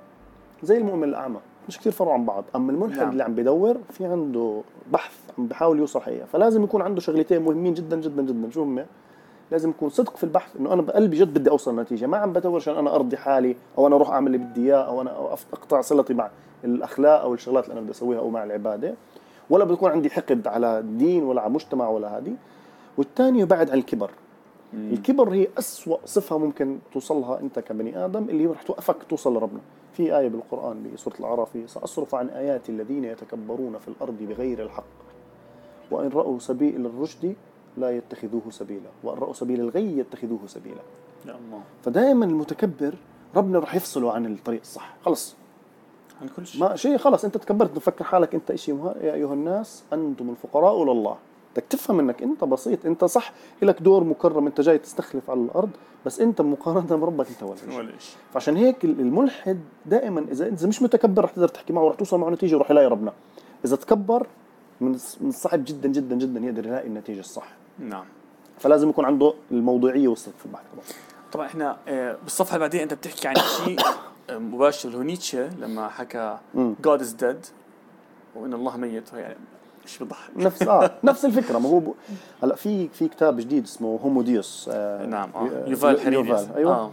زي المؤمن الأعمى، مش كتير فرقوا عن بعض. أما الملحد نعم. اللي عم بيدور في عنده بحث، عم بحاول يوصل حقيقة. فلازم يكون عنده شغلتين مهمين جدا جدا جدا. شو هم؟ لازم يكون صدق في البحث، إنه أنا بقلبي جد بدي أوصل نتيجة، ما عم بدور عشان أنا أرضي حالي أو أنا أروح أعمل اللي بدي إياه أو أنا أقطع صلتي مع الأخلاق أو الشغلات اللي أنا بدي أسويها أو مع العبادة، ولا بيكون عندي حقد على الدين ولا على مجتمع ولا هذه. والثاني يبعد عن الكبر. مم. الكبر هي أسوأ صفة ممكن توصلها أنت كبني آدم، اللي رح توقفك توصل لربنا. في آية بالقرآن بسورة الأعراف: سأصرف عن آيات الذين يتكبرون في الأرض بغير الحق وإن رأوا سبيل الرشد لا يتخذوه سبيلا وإن رأوا سبيل الغي يتخذوه سبيلا. يا الله. فدائما المتكبر ربنا رح يفصله عن الطريق الصح. خلص عن كل شيء. ما شيء خلص أنت تكبرت، تفكر حالك أنت إشي مه... يا أيها الناس أنتم الفقراء إلى الله. بدك تفهم إنك أنت بسيط، أنت صح لك دور مكرم، أنت جاي تستخلف على الأرض، بس أنت مقارنة بربك أنت ولا شيء. فعشان هيك الملحد دائما إذا إذا مش متكبر رح تقدر تحكي معه ورح توصل معه نتيجة ورح يلاقي ربنا. إذا تكبر من الصعب جدا جدا جدا يقدر يلاقي النتيجة الصح. نعم. فلازم يكون عنده الموضوعية والصدق في البحث. طبعا احنا بالصفحة اللي بعدين انت بتحكي عن شيء مباشر اللي هو نيتشه لما حكى God is dead وإن الله ميت. يعني ايش بضحك. نفس اه نفس الفكرة. ما هو هلا في في كتاب جديد اسمه هومو ديوس. آه نعم. آه. يوفال الحريري. ايوه. آه.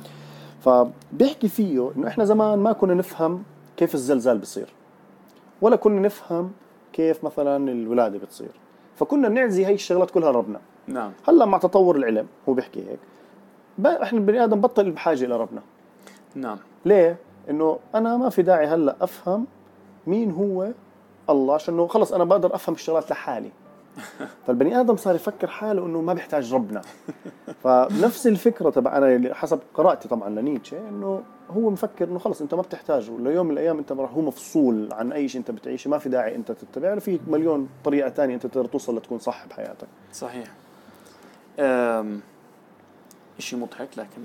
فبيحكي فيه انه احنا زمان ما كنا نفهم كيف الزلزال بيصير، ولا كنا نفهم كيف مثلا الولادة بتصير، فكنا بنعزي هاي الشغلات كلها لربنا. نعم. هلا مع تطور العلم هو بيحكي هيك، احنا البني ادم بطل بحاجة الى ربنا. نعم. ليه؟ انه انا ما في داعي هلا افهم مين هو الله، عشان خلص انا بقدر افهم الشغلات لحالي. فالبني ادم صار يفكر حاله انه ما بيحتاج ربنا. فنفس الفكره تبع انا حسب قراءتي طبعا لنيتشه، انه هو مفكر انه خلص انت ما بتحتاجه ليوم من الايام، انت راح هو مفصول عن اي شيء انت بتعيشه، ما في داعي انت تتبع، في مليون طريقه ثانيه انت تقدر توصل لتكون صح بحياتك. صحيح. أم... شيء مضحك لكن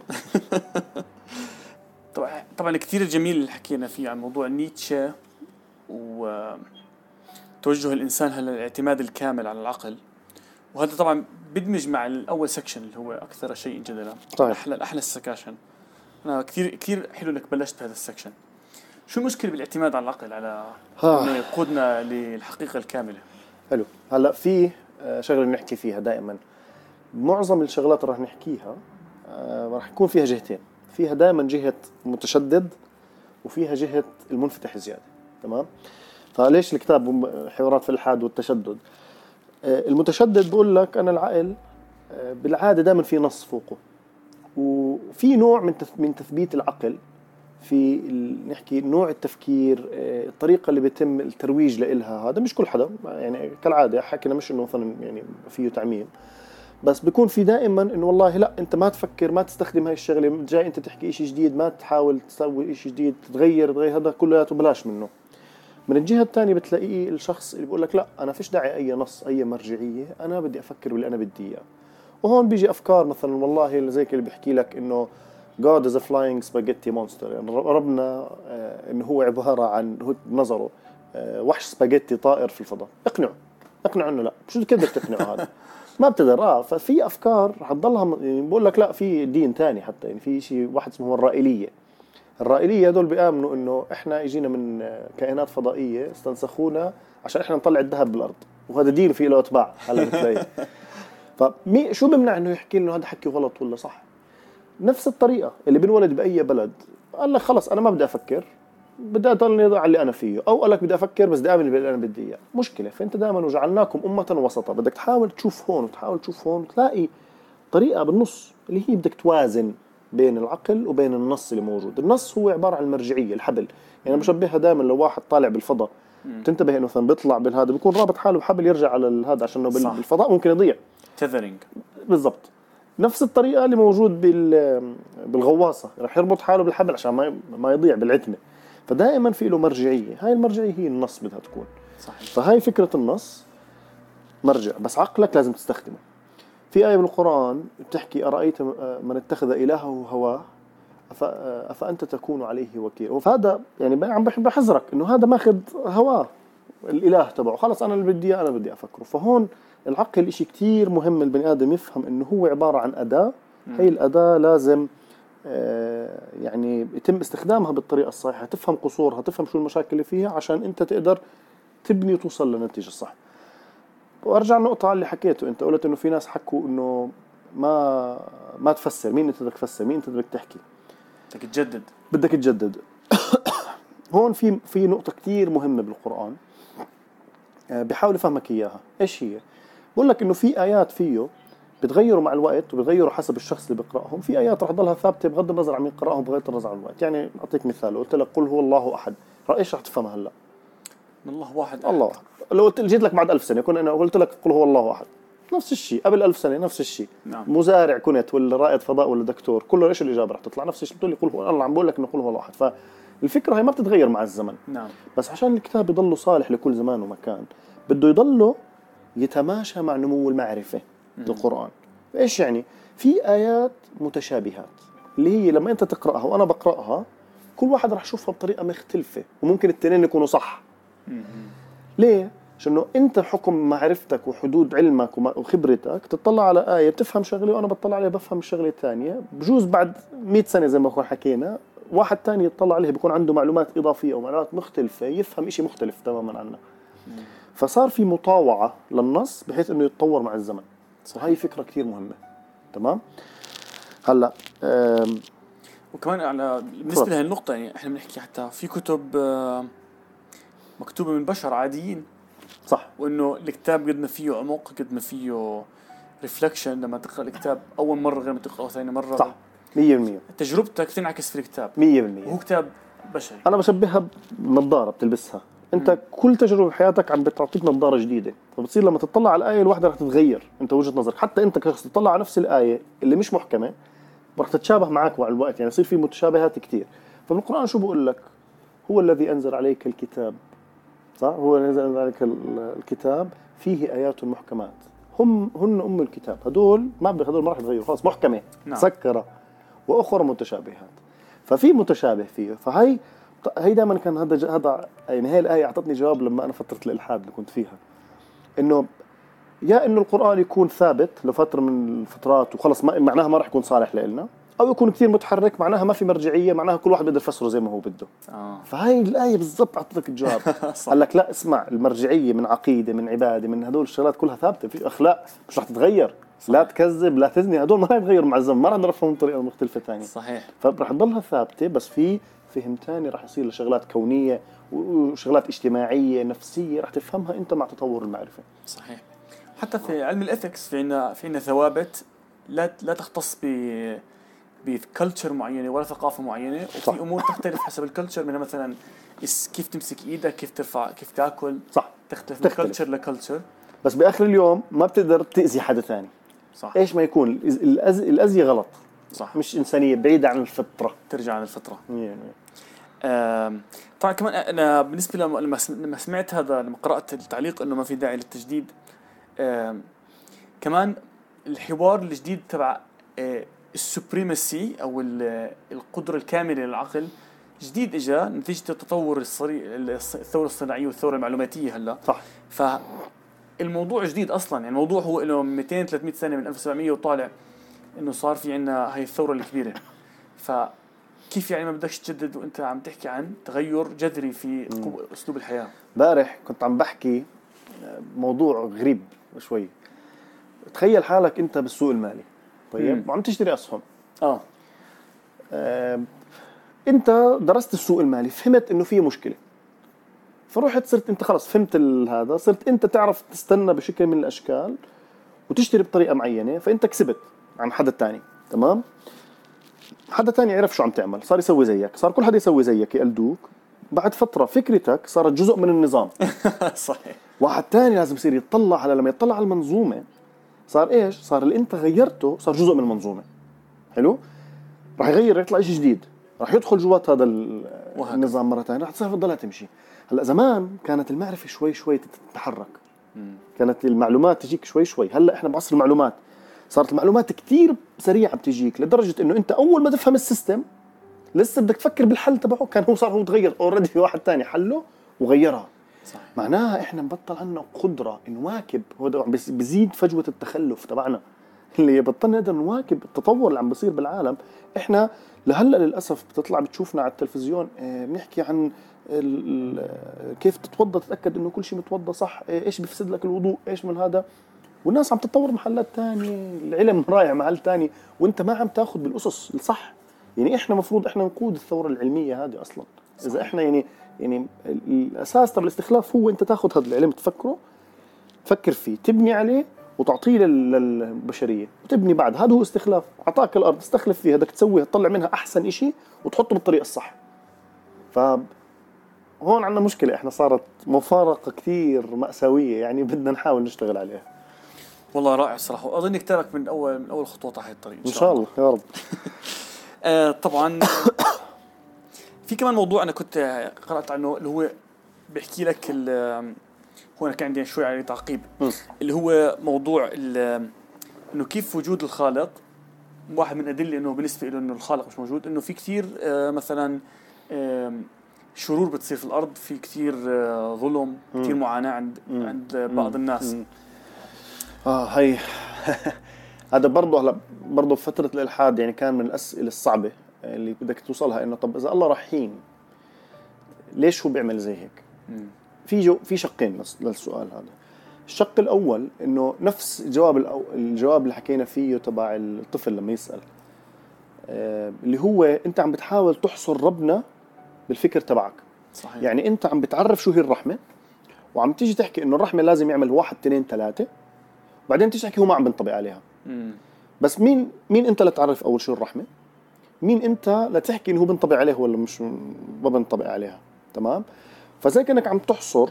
طبعا طبعا كثير جميل اللي حكينا فيه عن موضوع نيتشه وتوجه الانسان هلا للاعتماد الكامل على العقل، وهذا طبعا بدمج مع الاول سكشن اللي هو اكثر شيء جدلا. طيب. احلى احلى السكاشن. انا كثير كثير حلو انك بلشت بهذا السكشن. شو المشكله بالاعتماد على العقل على انه يقودنا للحقيقه الكامله؟ حلو. هلا في شغله نحكي فيها دائما، معظم الشغلات اللي راح نحكيها راح يكون فيها جهتين، فيها دائما جهه متشدد وفيها جهه المنفتح زياده. تمام. فليش الكتاب حوارات في الإلحاد والتشدد؟ المتشدد بقول لك أنا العقل بالعادة دائما في نص فوقه، وفي نوع من من تثبيت العقل في نحكي نوع التفكير، الطريقة اللي بيتم الترويج لإلها. هذا مش كل حدا، يعني كالعادة حكينا مش إنه مثلا يعني فيه تعميم، بس بيكون في دائما إنه والله لا أنت ما تفكر، ما تستخدم هاي الشغلة، جاي أنت تحكي إشي جديد، ما تحاول تسوي إشي جديد، تغير تغير هذا كله بلاش منه. من الجهة الثانية بتلاقيه الشخص اللي بيقول لك لا أنا فيش داعي أي نص أي مرجعية، أنا بدي أفكر باللي أنا بدي إياه. وهون بيجي أفكار مثلا والله زي اللي بيحكي لك إنه God is a flying spaghetti monster، يعني ربنا آه إنه هو عبارة عن هو بنظره آه وحش سباجيتي طائر في الفضاء. اقنعه اقنعه إنه لا، شو كيف بدك تقنعه هذا؟ ما بتقدر. آه ففي أفكار حتضلها يعني بقول لك لا، في دين تاني حتى، يعني في شيء واحد اسمه الرائلية. الرائلية دول بيآمنوا إنه إحنا إجينا من كائنات فضائية استنسخونا عشان إحنا نطلع الذهب بالأرض، وهذا دين فيه له أتباع هلا بتلاقيه. فمي شو بمنع إنه يحكي لنا هذا حكي غلط ولا صح؟ نفس الطريقة اللي بنولد بأي بلد قال لك خلص أنا ما بدي أفكر، بدي أضلني أضع اللي أنا فيه، أو قال لك بدي أفكر بس بدي أعمل اللي أنا بدي إياه. مشكلة. فأنت دائما وجعلناكم أمة وسطا، بدك تحاول تشوف هون وتحاول تشوف هون وتلاقي طريقة بالنص اللي هي بدك توازن بين العقل وبين النص اللي موجود. النص هو عبارة عن المرجعية، الحبل. يعني بشبهها دائما لو واحد طالع بالفضاء، تنتبه انه مثلا بيطلع بالهذا بيكون رابط حاله بحبل يرجع على هذا، عشان بالفضاء ممكن يضيع. تذرينج. بالضبط. نفس الطريقة اللي موجود بال بالغواصة، رح يربط حاله بالحبل عشان ما ما يضيع بالعتمة. فدائما في له مرجعية، هاي المرجعية هي النص بدها تكون. صحيح. فهاي فكرة النص مرجع، بس عقلك لازم تستخدمه. في آية بالقرآن بتحكي أرأيت من اتخذ إلهه هواه أفأنت تكون عليه وكيل. وفهذا يعني عم بحذرك إنه هذا ماخذ هواه الإله تبعه، خلص أنا اللي بدي أنا بدي أفكره. فهون العقل إشي كتير مهم البني آدم يفهم إنه هو عبارة عن أداة. هي الأداة لازم يعني يتم استخدامها بالطريقة الصحيحة، تفهم قصورها، تفهم شو المشاكل اللي فيها عشان أنت تقدر تبني وتوصل لنتيجة الصح. وارجع النقطة اللي حكيته، انت قلت انه في ناس حكوا انه ما ما تفسر. مين انت بدك تفسر؟ مين انت بدك تحكي؟ بدك تجدد بدك تجدد. هون في في نقطة كتير مهمة بالقرآن بحاول افهمك اياها. ايش هي؟ بقول لك انه في ايات فيه بتغيروا مع الوقت وبتغيروا حسب الشخص اللي بيقرأهم. في ايات رح تضلها ثابتة بغض النظر عن مين قرأهم، بغض النظر عن الوقت. يعني اعطيك مثال، قلت لك قل هو الله احد، ايش رح تفهمها هلا؟ الله واحد. الله واحد. لو جيت لك بعد ألف سنة كنا أنا قلت لك قل هو الله أحد، نفس الشيء. قبل ألف سنة نفس الشيء. نعم. مزارع كنت ولا رائد فضاء ولا دكتور، كله إيش الإجابة رح تطلع نفس الشيء. بتقول لي قل هو الله، عم بقول لك إنه قل هو الله أحد. فالفكرة هي ما بتتغير مع الزمن. نعم. بس عشان الكتاب يضله صالح لكل زمان ومكان بده يضله يتماشى مع نمو المعرفة. القرآن إيش يعني؟ في آيات متشابهات اللي هي لما أنت تقرأها وأنا بقرأها كل واحد رح يشوفها بطريقة مختلفة، وممكن التنين يكونوا صح. ليه؟ عشان انت حكم معرفتك وحدود علمك وخبرتك تطلع على آية بتفهم شغلة وأنا بطلع عليها بفهم الشغلة الثانية. بجوز بعد مئة سنة زي ما كنا حكينا واحد تاني يطلع عليها بيكون عنده معلومات إضافية أو معلومات مختلفة يفهم إشي مختلف تماما عنه. فصار في مطاوعة للنص بحيث إنه يتطور مع الزمن. وهي فكرة كتير مهمة. تمام؟ هلا وكمان على بالنسبة لهي النقطة، يعني إحنا بنحكي حتى في كتب مكتوبة من بشر عاديين صح. وانه الكتاب قد ما فيه عمق قد ما فيه ريفلكشن لما تقرا الكتاب اول مره غير ما تقراه ثاني مره. صح مية بالمية. تجربتك تنعكس في الكتاب مية بالمية. وهو كتاب بشري. انا بشبهها بنظاره بتلبسها انت. م. كل تجربه بحياتك عم بتعطيك نظاره جديده، فبتصير لما تطلع على الايه الواحده رح تتغير انت وجهه نظرك. حتى انت كشخص تطلع على نفس الايه اللي مش محكمه رح تتشابه معك مع الوقت، يعني يصير في متشابهات كتير. فالقرآن شو بقول لك؟ هو الذي أنزل عليك الكتاب، صح؟ هو الذي أنزل عليك الكتاب فيه آيات محكمات هم هن أم الكتاب. هدول ما بدك، هدول ما راح يتغيروا خلاص، محكمة نعم. سكرة. وأخرى متشابهات، ففي متشابه فيه. فهي هي دائما كان هذا هذا يعني هي الآية أعطتني جواب لما أنا فترة الإلحاد اللي كنت فيها، إنه يا إنه القرآن يكون ثابت لفترة من الفترات وخلص ما معناها ما راح يكون صالح لنا، أو يكون كثير متحرك معناها ما في مرجعية، معناها كل واحد بده يفسره زي ما هو بده. آه. فهاي الآية بالضبط أعطتك الجواب. قال لك لا اسمع، المرجعية من عقيدة من عبادة من هدول الشغلات كلها ثابتة، في أخلاق مش راح تتغير. صحيح. لا تكذب لا تزني، هدول ما راح يتغيروا مع الزمن، ما راح نعرفهم بطريقة مختلفة ثانية. صحيح. فراح تضلها ثابتة، بس في فهم ثاني راح يصير لشغلات كونية وشغلات اجتماعية نفسية راح تفهمها أنت مع تطور المعرفة. صحيح. حتى في علم الإثكس في عنا في عنا ثوابت لا لا تختص ب بكلتشر معينة ولا ثقافة معينة، وفي صح. أمور تختلف حسب الكلتشر، منها مثلا كيف تمسك إيدك، كيف ترفع، كيف تأكل. صح. تختلف من كلتشر لكلتشر. بس بآخر اليوم ما بتقدر تأذي حدا ثاني. صح. إيش ما يكون الأز... الأذية غلط. صح. مش إنسانية، بعيدة عن الفطرة. ترجع عن الفطرة. يعني. آه... طبعا كمان أنا بالنسبة لما لما سمعت هذا، لما قرأت التعليق إنه ما في داعي للتجديد، آه... كمان الحوار الجديد تبع آه... السوبريمسي أو القدرة الكاملة للعقل جديد إجا نتيجة التطور الصري... الثورة الصناعية والثورة المعلوماتية هلا. صح. فالموضوع جديد أصلا، يعني الموضوع هو إنه مئتين ثلاثمئة سنة من ألف وسبعمئة وطالع إنه صار في عنا هاي الثورة الكبيرة. فكيف يعني ما بدكش تجدد وأنت عم تحكي عن تغير جذري في أسلوب الحياة؟ بارح كنت عم بحكي موضوع غريب شوي. تخيل حالك أنت بالسوق المالي، طيب، وعم تشتري أسهم. آه. آه أنت درست السوق المالي، فهمت إنه فيه مشكلة، فرحت صرت أنت خلاص فهمت هذا، صرت أنت تعرف تستنى بشكل من الأشكال وتشتري بطريقة معينة، فأنت كسبت عن حدا تاني. تمام. حدا تاني عرف شو عم تعمل، صار يسوي زيك، صار كل حدا يسوي زيك، يقلدوك. بعد فترة فكرتك صارت جزء من النظام. صحيح. واحد تاني لازم يصير يطلع على، لما يطلع على المنظومة صار إيش؟ صار اللي أنت غيرته صار جزء من المنظومة. حلو. راح يغير، يطلع إشي جديد، راح يدخل جوات هذا النظام مرة تانية، راح تصير تضلها تمشي. هلا زمان كانت المعرفة شوي شوي تتحرك، كانت المعلومات تجيك شوي شوي. هلا إحنا بعصر المعلومات صارت المعلومات كتير سريعة بتجيك، لدرجة إنه أنت أول ما تفهم السيستم لسه بدك تفكر بالحل تبعه، كان هو صار هو تغير أوريدي، في واحد تاني حله وغيرها. صحيح. معناها إحنا نبطل عنا قدرة نواكب، هو بيزيد فجوة التخلف تبعنا اللي بطلنا نقدر نواكب التطور اللي عم بيصير بالعالم. إحنا لهلا للأسف بتطلع بتشوفنا على التلفزيون بنحكي عن كيف تتوضى، تتأكد إنه كل شيء متوضى صح، إيش بيفسد لك الوضوء، إيش من هذا، والناس عم تتطور محلات تانية، العلم رايح محل تاني، وانت ما عم تاخذ بالأسس الصح. يعني احنا مفروض احنا نقود الثورة العلمية هذه اصلا. صح. اذا احنا يعني يعني الاساس تبع الاستخلاف هو انت تاخذ هذا العلم تفكره، تفكر فيه، تبني عليه وتعطيه للبشرية وتبني بعد. هذا هو استخلاف. اعطاك الارض استخلف فيها، بدك تسويها تطلع منها احسن اشي وتحطه بالطريقة الصح. فهون عندنا مشكلة، احنا صارت مفارقة كثير مأساوية، يعني بدنا نحاول نشتغل عليها. والله رائع الصراحة، وأظن كتابك من أول من أول خطوات على هذا الطريق إن شاء الله يا رب. آه طبعا في كمان موضوع أنا كنت قرأت عنه اللي هو بيحكي لك، هو أنا كان عندي شوي عليه تعقيب، اللي هو موضوع إنه كيف وجود الخالق واحد من أدلة إنه بالنسبة له إنه الخالق مش موجود، إنه في كتير آه مثلا آه شرور بتصير في الأرض، في كتير آه ظلم، كتير معاناة عند م. عند بعض الناس. م. آه هاي هذا برضه هلا برضه في فترة الإلحاد يعني كان من الأسئلة الصعبة اللي بدك توصلها، إنه طب إذا الله رحيم ليش هو بيعمل زي هيك؟ مم. في جو في شقين للسؤال هذا. الشق الأول إنه نفس الجواب الأو الجواب اللي حكينا فيه تبع الطفل لما يسأل، آه اللي هو أنت عم بتحاول تحصر ربنا بالفكر تبعك. صحيح. يعني أنت عم بتعرف شو هي الرحمة وعم تيجي تحكي انه الرحمه لازم يعمل واحد اثنين ثلاثه، وبعدين تيجي تحكي هو ما عم بنطبق عليها. مم. بس مين مين انت لتعرف اول شيء الرحمه؟ مين انت لتحكي انه هو بنطبق عليه ولا مش ما بنطبق عليها؟ تمام. فزي كانك عم تحصر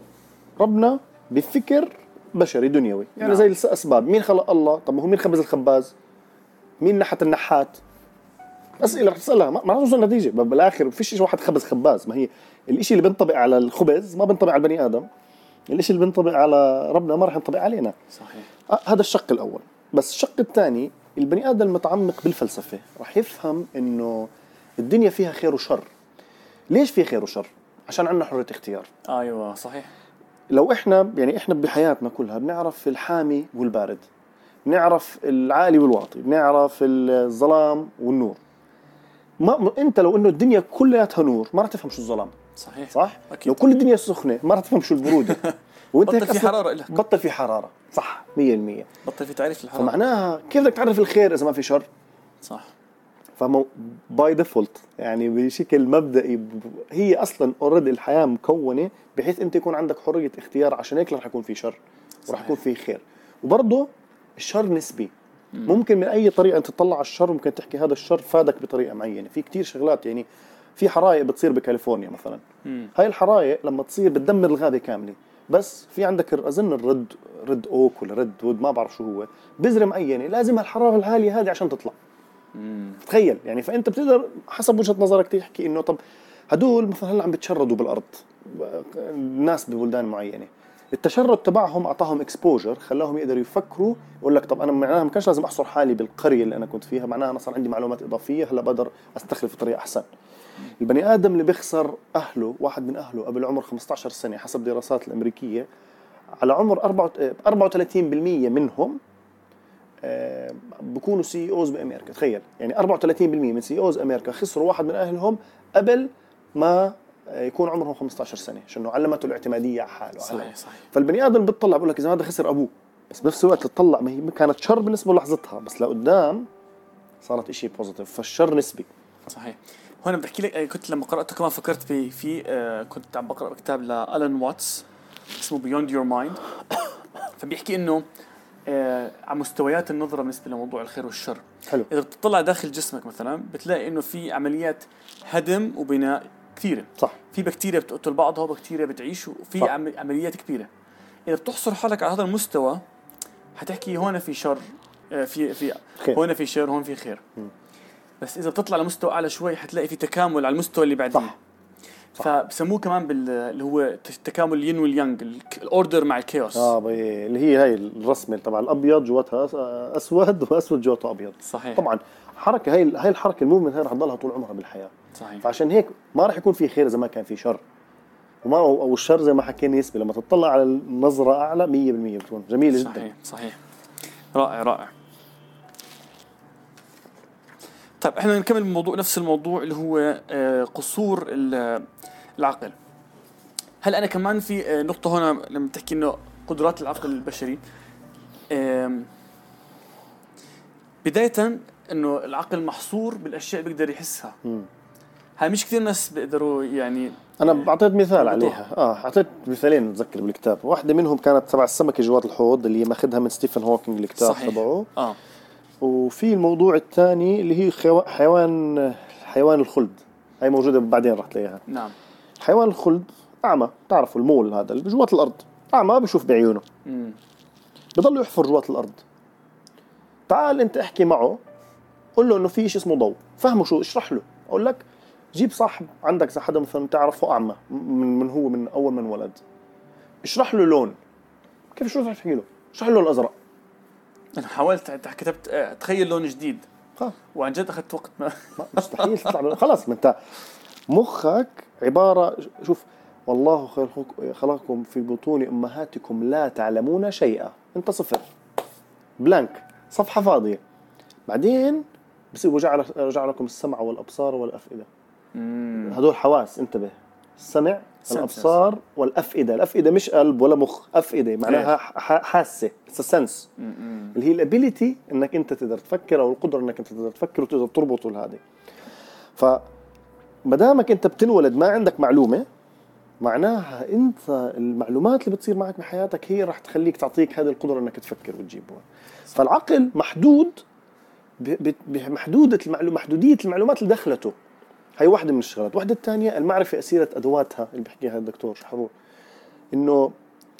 ربنا بفكر بشري دنيوي، يعني نعم. زي الاسباب. مين خلق الله؟ طب هو مين خبز الخباز؟ مين نحت النحات؟ اسئله رح تسالها ما راح توصل نتيجه. بالاخر ما فيش شيء واحد خبز خباز. ما هي الشيء اللي بينطبق على الخبز ما بينطبق على البني ادم، الشيء اللي بينطبق على ربنا ما راح ينطبق علينا. صحيح. آه هذا الشق الاول. بس الشق الثاني، البني ادم المتعمق بالفلسفه راح يفهم انه الدنيا فيها خير وشر. ليش في خير وشر؟ عشان عندنا حريه اختيار. ايوه صحيح. لو احنا يعني احنا بحياتنا كلها بنعرف الحامي والبارد، بنعرف العالي والواطي، بنعرف الظلام والنور. ما انت لو انه الدنيا كلها نور ما راح تفهم شو الظلام. صحيح. صح. أكيد. لو كل الدنيا سخنه ما راح تفهم شو البروده. وانت بطل في حراره لك. بطل في حراره. صح مية بالمية. بطل في تعريف الحراره. فمعناها كيف بدك تعرف الخير اذا ما في شر؟ صح. فمو باي ديفولت يعني بشكل مبدئي هي اصلا اوريدي الحياه مكونه بحيث انت يكون عندك حريه اختيار، عشان هيك رح يكون في شر ورح يكون في خير. وبرضه الشر نسبي. مم. ممكن من اي طريقه انت تطلع على الشر ممكن تحكي هذا الشر فادك بطريقه معينه. في كتير شغلات، يعني في حرائق بتصير بكاليفورنيا مثلا. مم. هاي الحرائق لما تصير بتدمر الغابه كامله، بس في عندك اظن الرد رد اوك ولا رد وود ما بعرف شو هو، بذره معينه لازم الحراره العاليه هذه عشان تطلع. مم. تخيل يعني. فانت بتقدر حسب وجهه نظرك تحكي انه طب هدول مثلا هلا عم بتشردوا بالارض الناس ببلدان معينه، التشرد تبعهم اعطاهم اكسبوجر خلاهم يقدروا يفكروا. يقول لك طب انا معناها ما كانش لازم احصر حالي بالقريه اللي انا كنت فيها، معناها انا صار عندي معلومات اضافيه هلا بقدر استخلف بطريقه احسن. البني ادم اللي بيخسر اهله، واحد من اهله قبل عمر خمسة عشر سنه حسب دراسات الامريكيه، على عمر أربعة وثلاثين بالمية منهم بكونوا سي اوز بامريكا. تخيل يعني أربعة وثلاثين بالمية من سي اوز امريكا خسروا واحد من اهلهم قبل ما يكون عمرهم خمسة عشر سنه، عشان علمته الاعتماديه على حاله. صحيح صحيح. فالبني ادم بتطلع بقول لك اذا هذا خسر ابوه، بس بنفس الوقت تطلع ما هي كانت شر بالنسبه لحظتها، بس لقدام صارت شيء بوزيتيف. فالشر نسبي. صحيح. هون بدي احكي لك، كنت لما قراته كمان فكرت في في آه كنت عم بقرا كتاب لألان واتس اسمه Beyond Your Mind. فبيحكي انه آه على مستويات النظره بالنسبه لموضوع الخير والشر. حلو. اذا بتطلع داخل جسمك مثلا بتلاقي انه في عمليات هدم وبناء كثيره. صح. في بكتيريا بتقتل بعضها وبكتيريا بتعيش، وفي صح. عمليات كبيره. اذا بتحصر حالك على هذا المستوى حتحكي هون في شر، آه في في خير. هون في شر، هون في خير. م. بس اذا بتطلع لمستوى اعلى شوي حتلاقي في تكامل على المستوى اللي بعديه. صح. فبسموه كمان بال اللي هو تكامل الين واليانج، الاوردر مع الكيوس. اه اللي هي هاي الرسمه تبع الابيض جواتها اسود واسود جواتها ابيض. صحيح. طبعا حركه هاي هاي الحركه الموفمنت هاي رح تضلها طول عمرها بالحياه. صحيح. فعشان هيك ما رح يكون في خير اذا ما كان في شر، وما او الشر زي ما حكينا نسبي. لما تطلع على النظره اعلى مية بالمية بتكون جميله جدا. صحيح صحيح. رائع رائع. طيب احنا نكمل الموضوع، نفس الموضوع اللي هو قصور العقل. هل انا كمان في نقطه هنا لما تحكي انه قدرات العقل البشري، بدايه انه العقل محصور بالاشياء بيقدر يحسها. هاي مش كثير ناس بيقدروا يعني. انا اعطيت مثال عليها. اه اعطيت مثالين اتذكر بالكتاب. واحده منهم كانت تبع السمكه جوات الحوض اللي ماخذها من ستيفن هوكينج الكتاب تبعه. اه وفي الموضوع الثاني اللي هي حيوان حيوان الخلد. هاي موجوده بعدين راح تلاقيها. نعم. حيوان الخلد اعمى، تعرفوا المول هذا اللي جوات الارض، اعمى بشوف بعيونه. امم بضل يحفر جوات الارض. تعال انت احكي معه، قل له انه في شيء اسمه ضوء، فهمه شو، اشرح له. اقول لك جيب صاحب عندك زي حدا مثلا تعرفه اعمى من, من هو من اول من ولد، اشرح له لون. كيف شو رح تحكي له؟ اشرح له اللون الازرق. انا حاولت كتبت اتخيل لون جديد ها. وعن جد اخذت وقت. ما مستحيل تطلع خلص. ما انت مخك عباره، شوف والله خلقكم في بطون امهاتكم لا تعلمون شيئا. انت صفر بلانك، صفحه فاضيه. بعدين بصير وجعل رجع لكم السمع والابصار والافئده. مم. هدول حواس، انتبه. السمع، الابصار والافئده. الافئده مش قلب ولا مخ، افئده معناها حاسه، السنس اللي هي الابيليتي انك انت تقدر تفكر، او القدره انك انت تقدر تفكر وتقدر تربطه لهذه. فما دامك انت بتنولد ما عندك معلومه، معناها انت المعلومات اللي بتصير معك بحياتك هي راح تخليك تعطيك هذه القدرة انك تفكر وتجيبها. فالعقل محدود بمحدودة المعلومات، محدودية المعلومات اللي دخلته. هي واحدة من الشغلات. واحدة الثانية المعرفة أسيرة أدواتها اللي بحكيها الدكتور شحرور، إنه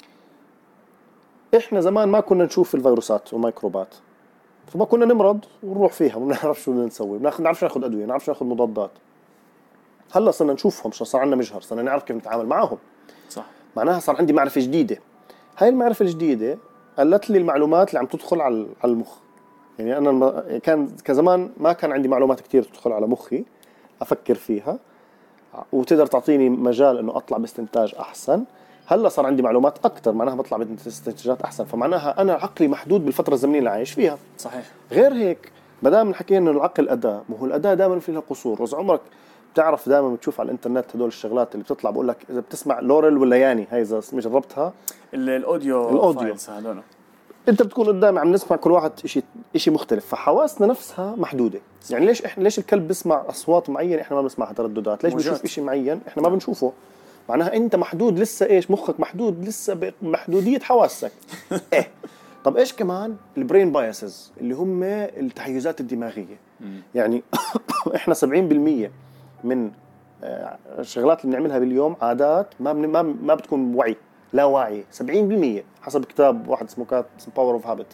إحنا زمان ما كنا نشوف الفيروسات والميكروبات، فما كنا نمرض ونروح فيها وما نعرف شو بدنا نسوي، ما نعرفش ناخذ أدوية، ما نعرفش ناخذ مضادات. هلا صرنا نشوفهم، صار عندنا مجهر، صرنا نعرف كيف نتعامل معهم. صح. معناها صار عندي معرفة جديدة. هاي المعرفة الجديدة قلت لي المعلومات اللي عم تدخل على على المخ. يعني أنا كان كزمان ما كان عندي معلومات كتير تدخل على مخي أفكر فيها وتقدر تعطيني مجال إنه أطلع باستنتاج أحسن. هلا صار عندي معلومات أكتر، معناها بطلع باستنتاجات أحسن. فمعناها أنا عقلي محدود بالفترة الزمنية اللي عايش فيها. صحيح. غير هيك بدام نحكي إنه العقل أداة، مو هو الأداة دائما فيها قصور. وإذا عمرك بتعرف دائما بتشوف على الإنترنت هدول الشغلات اللي بتطلع بقول لك إذا بتسمع لوريل ولا ياني، هاي إذا جربتها الأوديو الأوديو هذول، انت بتكون قدامي عم نسمع كل واحد شيء شيء مختلف. فحواسنا نفسها محدوده. يعني ليش احنا ليش الكلب بيسمع اصوات معينه احنا ما بنسمعها ترددات؟ ليش بنشوف شيء معين احنا ما بنشوفه؟ معناها انت محدود لسه. ايش مخك محدود لسه بمحدوديه حواسك. ايه طب ايش كمان البرين بايسز اللي هم التحيزات الدماغيه. يعني احنا سبعين بالمية من الشغلات اللي بنعملها باليوم عادات ما ما ما بتكون وعي، لا واعي. سبعين بالمية حسب كتاب واحد اسمه كات اسمه باور اوف هابت.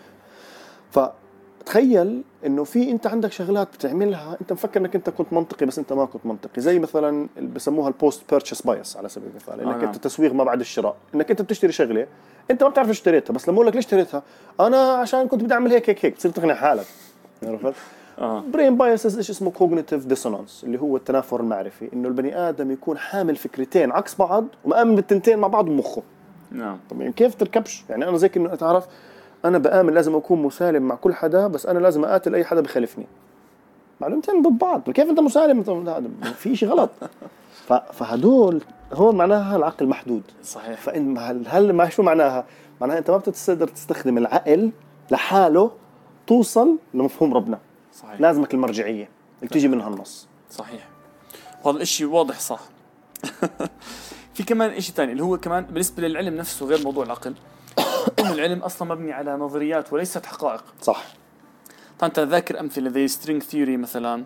فتخيل انه في انت عندك شغلات بتعملها انت مفكر انك انت كنت منطقي بس انت ما كنت منطقي. زي مثلا اللي بسموها البوست بيرتشيس بايس على سبيل المثال، انك آه. انت تسويق ما بعد الشراء. انك انت بتشتري شغله انت ما بتعرف اشتريتها، بس لما اقول لك ليش اشتريتها، انا عشان كنت بدي اعمل هيك هيك هيك، تصير تقنع حالك. عرفت؟ اه برين بايسز ايش اسمه كوجنيتيف ديسونانس، اللي هو التنافر المعرفي. انه البني ادم يكون حامل فكرتين عكس بعض ومآمن بالتنتين مع بعض بمخه. نعم. طب يعني كيف تركبش؟ يعني انا زيك انه تعرف انا بآمن لازم اكون مسالم مع كل حدا، بس انا لازم اقاتل اي حدا بخالفني. معلومتين ضد بعض، كيف انت مسالم؟ في شيء غلط. فهدول هون معناها العقل محدود. صحيح. فان هل ما شو معناها؟ معناها انت ما بتقدر تستخدم العقل لحاله توصل لمفهوم ربنا. صحيح. لازمك المرجعيه اللي تيجي منها النص. صحيح. هذا الشيء واضح. صح. في كمان شيء ثاني اللي هو كمان بالنسبه للعلم نفسه غير موضوع العقل. إنه العلم أصلاً مبني على نظريات وليست حقائق. صح. طبعاً أنت ذاكر أمثلة زي string theory مثلاً.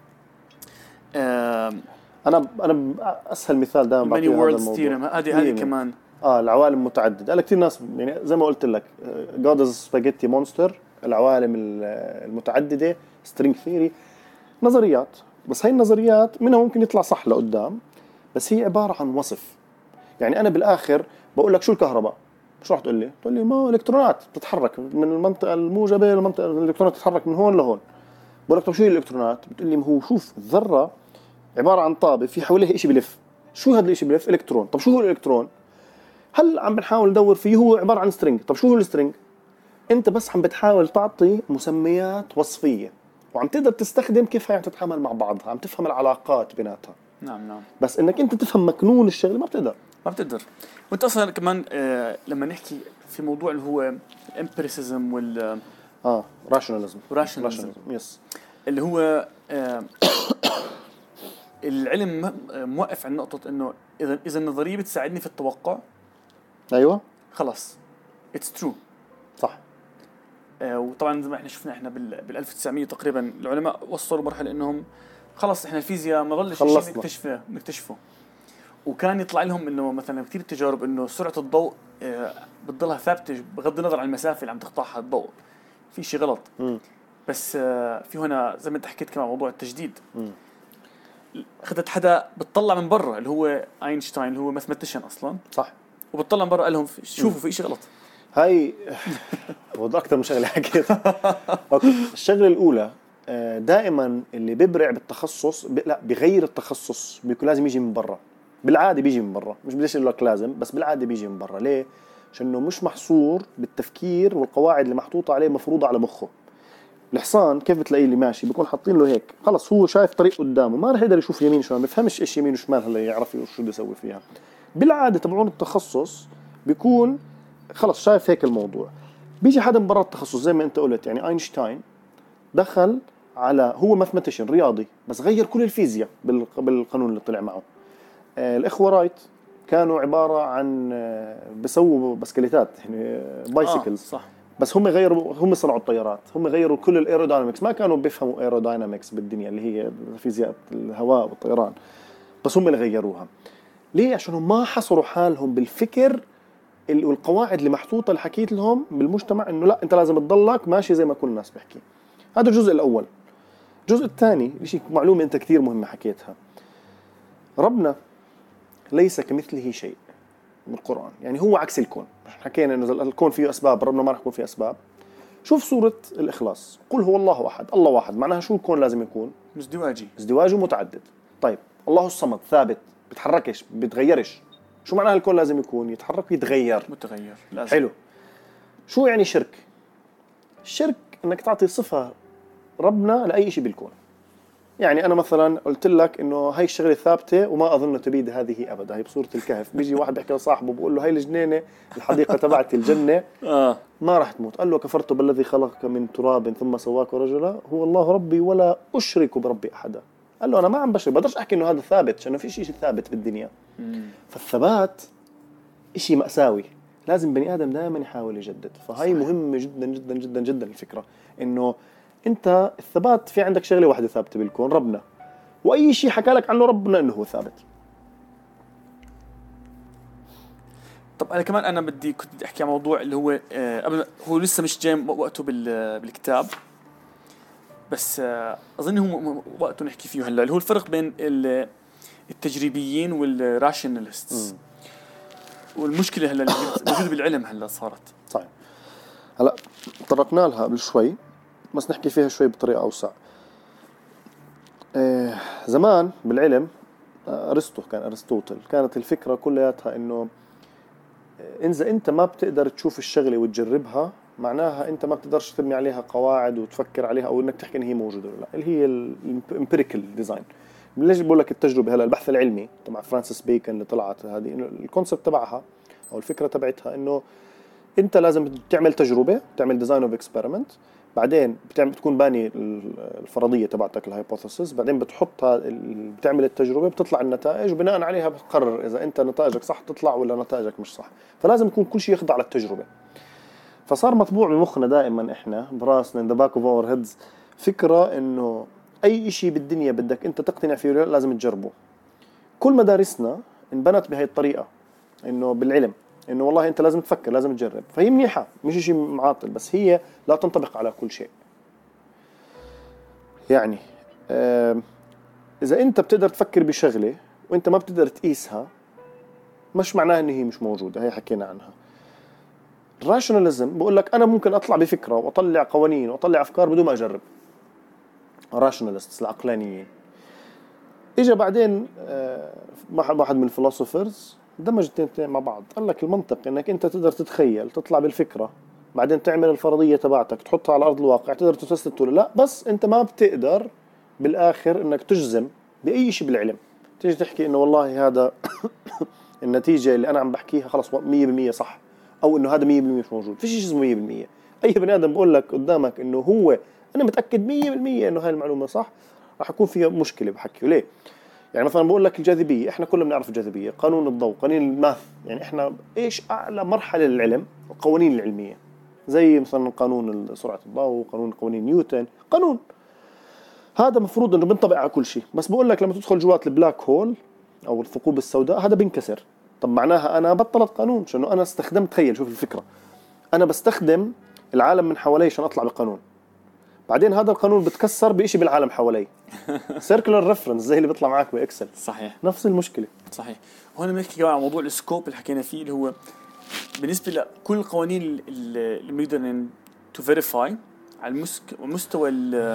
أنا أنا أسهل مثال دائما بعطيه هذا الموضوع. هذه هذه كمان. آه العوالم متعددة. أنا كثير ناس يعني زي ما قلت لك God is spaghetti monster، العوالم المتعددة string theory نظريات. بس هاي النظريات منها ممكن يطلع صح لقدام، بس هي عبارة عن وصف. يعني أنا بالآخر بقول لك شو الكهرباء، شو راح تقول لي؟ تقول لي ما الكترونات تتحرك من المنطقه الموجبه للمنطقه، الالكترونات تتحرك من هون لهون. بقول لك طب شو هي الالكترونات؟ بتقول لي ما هو شوف الذره عباره عن طابه في حواليها شيء بلف. شو هذا الشيء بلف؟ الكترون. طب شو هو الالكترون؟ هل عم بنحاول ندور فيه؟ هو عباره عن سترينج. طب شو هو السترينج؟ انت بس عم بتحاول تعطي مسميات وصفيه وعم تقدر تستخدم كيف هي عم تتعامل مع بعضها، عم تفهم العلاقات بيناتها. نعم نعم. بس انك انت تفهم مكنون الشغله ما بتقدر. ما بتقدر. وانت اصلا كمان آه لما نحكي في موضوع اللي هو الامبيريسيزم وال اه راشوناليزم راشوناليزم يس اللي هو آه العلم موقف عند نقطه انه اذا اذا النظريه بتساعدني في التوقع ايوه خلاص اتس ترو. صح. آه وطبعا زي ما احنا شفنا احنا بال ألف وتسعمية تقريبا العلماء وصلوا مرحله انهم خلاص احنا الفيزياء ما ضلش شيء نكتشفه نكتشفه وكان يطلع لهم انه مثلا كثير تجارب انه سرعه الضوء آه بتضلها ثابته بغض النظر عن المسافه اللي عم تقطعها الضوء. في شيء غلط. م. بس آه في هنا زي ما انت حكيت كمان موضوع التجديد. م. اخذت حدا بتطلع من برا اللي هو اينشتاين اللي هو ماثماتيشن اصلا. صح. وبتطلع من برا قال لهم شوفوا في شيء غلط. هاي وضع اكثر من شغله حكيت. الشغله الاولى دائما اللي بيبرع بالتخصص ب... لا بيغير التخصص بيكون لازم يجي من برا. بالعاده بيجي من برا، مش بديش اقول لك لازم، بس بالعاده بيجي من برا. ليه؟ عشانه مش محصور بالتفكير والقواعد اللي محطوطه عليه مفروضه على مخه. الحصان كيف بتلاقيه اللي ماشي بيكون حاطين له هيك خلص هو شايف طريق قدامه ما راح يقدر يشوف يمين شمال، ما بفهمش ايش يمين وشمال هلا يعرف شو بده يسوي فيها. بالعاده تبعون التخصص بيكون خلص شايف هيك الموضوع. بيجي حدا من برا التخصص زي ما انت قلت، يعني اينشتاين دخل على هو ماثماتيشن رياضي بس غير كل الفيزياء بالقانون اللي طلع معه. آه الإخوة رايت كانوا عباره عن بسووا بسكليتات يعني بايسيكلز آه صح. بس هم غيروا، هم صنعوا الطيارات، هم غيروا كل الايروداينامكس. ما كانوا بيفهموا ايروداينامكس بالدنيا اللي هي فيزياء الهواء والطيران، بس هم اللي غيروها. ليه؟ عشان هم ما حصروا حالهم بالفكر والقواعد اللي محطوطه اللي حكيت لهم بالمجتمع انه لا انت لازم تضلك ماشي زي ما كل الناس بيحكي. هذا الجزء الاول. الجزء الثاني شيء معلومه انت كثير مهمه حكيتها، ربنا ليس كمثله شيء بالقرآن، يعني هو عكس الكون. حكينا انه الكون فيه اسباب، ربنا ما راح يكون فيه اسباب. شوف سورة الإخلاص، قل هو الله أحد، الله واحد، معناها شو الكون لازم يكون؟ ازدواجي. ازدواجي متعدد. طيب الله الصمد ثابت بيتحركش بيتغيرش، شو معناها الكون لازم يكون يتحرك ويتغير؟ متغير لازم. حلو. شو يعني شرك؟ الشرك انك تعطي صفة ربنا لأي شيء بالكون. يعني أنا مثلا قلت لك إنه هاي الشغلة ثابتة وما أظن تبيد هذه أبدا، هاي بصورة الكهف. بيجي واحد بيحكي لصاحبه بقول له هاي الجنينة الحديقة تبعت الجنة آه. ما راح تموت. قال له كفرت بالذي خلقك من تراب ثم سواك رجلا هو الله ربي ولا أشرك بربي أحدا. قال له أنا ما عم بشرك، بقدرش أحكي إنه هذا ثابت عشان في شيء ثابت بالدنيا. مم. فالثبات إشي مأساوي، لازم بني آدم دائما يحاول يجدد. فهاي صحيح. مهمة جدا جدا جدا جدا الفكرة إنه أنت الثبات في عندك شغلة واحدة ثابتة بالكون ربنا، وأي شيء حكى لك عنه ربنا إنه هو ثابت. طب أنا كمان أنا بدي كنت بدي أحكي عن موضوع اللي هو آه قبل، هو لسه مش جاي وقته بالكتاب، بس آه أظن هو وقته نحكي فيه هلا، اللي هو الفرق بين التجريبيين والراشناليستس، والمشكلة هلا اللي موجودة بالعلم هلا صارت. صحيح. هلا طرقنا لها قبل شوي بس نحكي فيها شوي بطريقة أوسع. آه زمان بالعلم أرسطو كان أرسطوطل كانت الفكرة كلياتها إنه إذا أنت ما بتقدر تشوف الشغلة وتجربها معناها أنت ما بتقدرش تبني عليها قواعد وتفكر عليها أو إنك تحكي إن هي موجودة ولا لا، اللي هي الامبيريكال ديزاين. ليش بقول لك التجربة؟ هلا البحث العلمي تبع فرانسيس بيكون اللي طلعت هذه، إنه الكونسبت تبعها أو الفكرة تبعتها إنه أنت لازم تعمل تجربة، تعمل ديزاين أوف إكسبيرمنت، بعدين بتعمل بتكون باني الفرضية تبعتك الهايبوثيسيس، بعدين بتحطها بتعمل التجربة بتطلع النتائج وبناء عليها بتقرر إذا أنت نتائجك صح تطلع ولا نتائجك مش صح. فلازم يكون كل شيء يخضع للتجربة. فصار مطبوع بمخنا دائما إحنا براسنا in the back of our heads فكرة إنه أي شيء بالدنيا بدك أنت تقتنع فيه لازم تجربه. كل مدارسنا انبنت بهاي الطريقة إنه بالعلم إنه والله أنت لازم تفكر لازم تجرب، فهي منيحة مش شيء معاطل، بس هي لا تنطبق على كل شيء. يعني إذا أنت بتقدر تفكر بشغلة وأنت ما بتقدر تقيسها مش معناها إن هي مش موجودة، هي حكينا عنها. الراشناليزم بقول لك أنا ممكن أطلع بفكرة وأطلع قوانين وأطلع أفكار بدون ما أجرب. الراشناليستس العقلانيين. إجا بعدين واحد من الفلسفرز دمج التنتين مع بعض، قال لك المنطق إنك أنت تقدر تتخيل تطلع بالفكرة بعدين تعمل الفرضية تبعتك تحطها على أرض الواقع تقدر تتست ولا لا، بس أنت ما بتقدر بالآخر إنك تجزم بأي شيء بالعلم. تيجي تحكي إنه والله هذا النتيجة اللي أنا عم بحكيها خلص مية بالمية صح، أو إنه هذا مية بالمية مش موجود. فيش شيء اسمه مية بالمية. أي بني آدم بقول لك قدامك إنه هو أنا متأكد مية بالمية إنه هاي المعلومة صح راح يكون فيها مشكلة بحكيه. ليه؟ يعني مثلا بقول لك الجاذبية، إحنا كلنا بنعرف الجاذبية، قانون الضوء، قانون الماث، يعني إحنا إيش أعلى مرحلة للعلم؟ القوانين العلمية، زي مثلا قانون سرعة الضوء، قانون قوانين نيوتن، قانون هذا مفروض إنه بنطبق على كل شيء. بس بقول لك لما تدخل جوات البلاك هول أو الثقوب السوداء هذا بينكسر. طب معناها أنا بطلت قانون، شنو أنا استخدمت، تخيل شوف الفكرة، أنا بستخدم العالم من حوالي عشان أطلع بقانون، بعدين هذا القانون بتكسر بإشي بالعالم حوالي. سيركلر ريفرنس زي اللي بيطلع معك بإكسل. صحيح. نفس المشكلة. صحيح. وهنا بنحكي كمان عن موضوع السكوب اللي حكينا فيه، اللي هو بالنسبة لكل القوانين اللي بنقدر تو فيريفاي على المستوى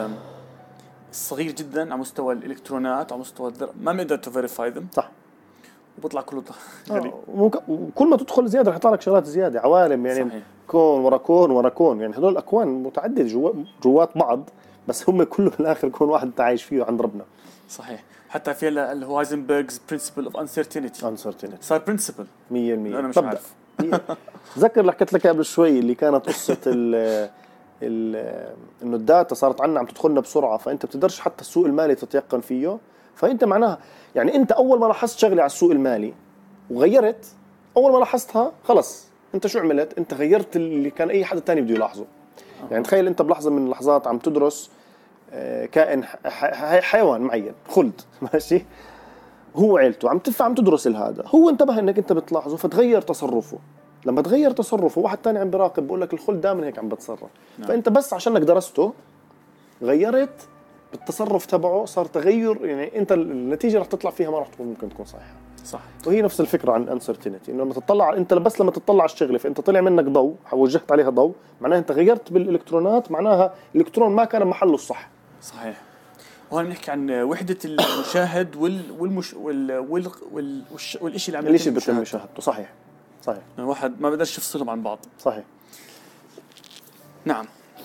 الصغير جدا، على مستوى الإلكترونات، على مستوى الذرة، ما بنقدر تو فيريفاي ذم. صح. وبطلع كله غريب. وكل ما تدخل زيادة رح يطلع لك شغلات زيادة، عوالم يعني. صحيح. كون ورا كون ورا كون، يعني هذول الأكوان متعددة جوا جوات بعض، بس هم كله بالآخر كون واحد انت عايش فيه عند ربنا. صحيح. حتى في اللي هو هايزنبرغ's principle of uncertainty. uncertainty. صار principle. مية بالمية. أنا مش عارف. ذكر اللي حكيت لك قبل شوي اللي كانت قصة ال ال إنه الداتا صارت عنا عم تدخلنا بسرعة، فأنت بتقدرش حتى السوق المالي تتيقن فيه. فأنت معناها يعني أنت أول ما لاحظت شغلة على السوق المالي وغيرت، اول ما لاحظتها خلص انت شو عملت؟ انت غيرت اللي كان اي حدا تاني بده يلاحظه. يعني تخيل انت بلحظه من اللحظات عم تدرس كائن حيوان معين خلد ماشي، هو عيلته عم تدفع عم تدرس هذا، هو انتبه انك انت بتلاحظه فتغير تصرفه. لما تغير تصرفه واحد تاني عم بيراقب بقول لك الخلد دائما هيك عم بتصرف. نعم. فانت بس عشانك درسته غيرت بالتصرف تبعه، صار تغير. يعني انت النتيجه رح تطلع فيها ما رح تكون ممكن تكون صحيحه. صح. وهي نفس الفكره عن انسرتينتي، انه لما تطلع انت بس لما تطلع على الشغله فانت طلع منك ضوء وجهت عليها ضوء، معناها انت غيرت بالالكترونات، معناها الالكترون ما كان محله الصح. صحيح. وهون بنحكي عن وحده المشاهد وال والمش وال وال وال والشيء اللي عم الشيء اللي بيتم مشاهدته. صحيح صحيح. الواحد ما بقدرش يفصلهم عن بعض. صحيح. نعم.